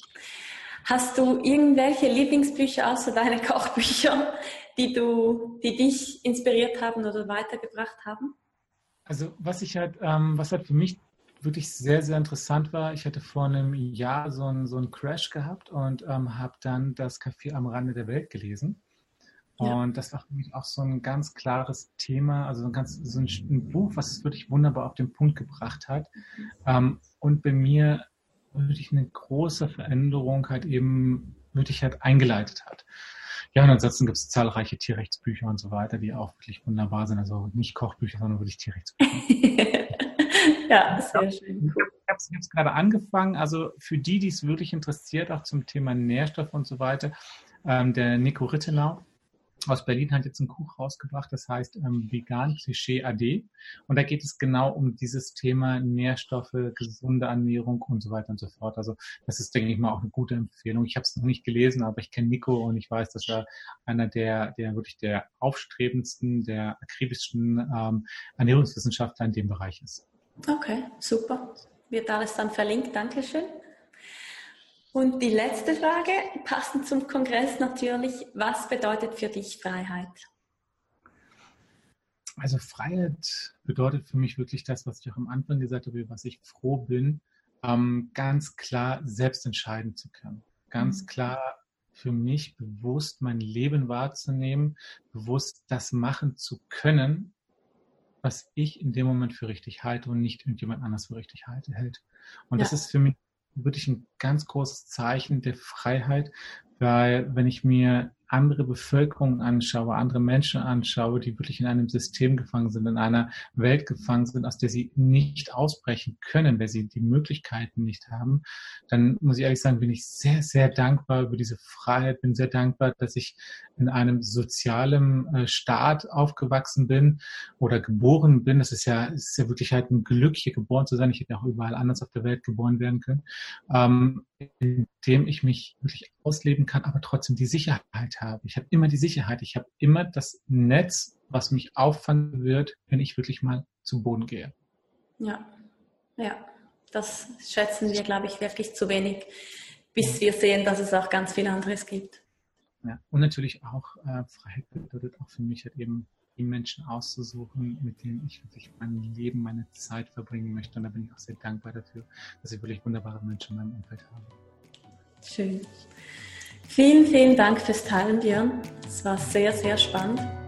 Hast du irgendwelche Lieblingsbücher außer deine Kochbücher, die du, die dich inspiriert haben oder weitergebracht haben? Also was ich halt, ähm, was halt für mich wirklich sehr, sehr interessant war, ich hatte vor einem Jahr so einen, so einen Crash gehabt und ähm, habe dann das Café am Rande der Welt gelesen. Ja. Und das war für mich auch so ein ganz klares Thema, also so ein, ganz, so ein, ein Buch, was es wirklich wunderbar auf den Punkt gebracht hat. Ähm, und bei mir wirklich eine große Veränderung halt eben wirklich halt eingeleitet hat. Ja, und ansonsten gibt es zahlreiche Tierrechtsbücher und so weiter, die auch wirklich wunderbar sind. Also nicht Kochbücher, sondern wirklich Tierrechtsbücher. Ja, sehr schön. Ich habe es gerade angefangen. Also für die, die es wirklich interessiert, auch zum Thema Nährstoffe und so weiter, ähm, der Nico Rittenau aus Berlin hat jetzt ein Buch rausgebracht, das heißt ähm, Vegan Klischee A D. Und da geht es genau um dieses Thema Nährstoffe, gesunde Ernährung und so weiter und so fort. Also das ist, denke ich mal, auch eine gute Empfehlung. Ich habe es noch nicht gelesen, aber ich kenne Nico und ich weiß, dass er einer der, der wirklich der aufstrebendsten, der akribischsten ähm, Ernährungswissenschaftler in dem Bereich ist. Okay, super. Wird alles dann verlinkt. Dankeschön. Und die letzte Frage, passend zum Kongress natürlich, was bedeutet für dich Freiheit? Also Freiheit bedeutet für mich wirklich das, was ich auch am Anfang gesagt habe, was ich froh bin, ähm, ganz klar selbst entscheiden zu können. Ganz klar für mich bewusst mein Leben wahrzunehmen, bewusst das machen zu können, was ich in dem Moment für richtig halte und nicht irgendjemand anders für richtig halte, hält. Und ja. Das ist für mich wirklich ein ganz großes Zeichen der Freiheit, weil wenn ich mir andere Bevölkerung anschaue, andere Menschen anschaue, die wirklich in einem System gefangen sind, in einer Welt gefangen sind, aus der sie nicht ausbrechen können, weil sie die Möglichkeiten nicht haben, dann muss ich ehrlich sagen, bin ich sehr, sehr dankbar über diese Freiheit, bin sehr dankbar, dass ich in einem sozialen Staat aufgewachsen bin oder geboren bin. Das ist ja, es ist ja wirklich halt ein Glück, hier geboren zu sein. Ich hätte auch überall anders auf der Welt geboren werden können, ähm, in dem ich mich wirklich ausleben kann, aber trotzdem die Sicherheit habe. Ich habe immer die Sicherheit. Ich habe immer das Netz, was mich auffangen wird, wenn ich wirklich mal zu Boden gehe. Ja, ja, das schätzen wir, glaube ich, wirklich zu wenig, bis wir sehen, dass es auch ganz viel anderes gibt. Ja, und natürlich auch äh, Freiheit bedeutet auch für mich halt eben, die Menschen auszusuchen, mit denen ich wirklich mein Leben, meine Zeit verbringen möchte. Und da bin ich auch sehr dankbar dafür, dass ich wirklich wunderbare Menschen in meinem Umfeld habe. Schön. Vielen, vielen Dank fürs Teilen, Björn. Es war sehr, sehr spannend.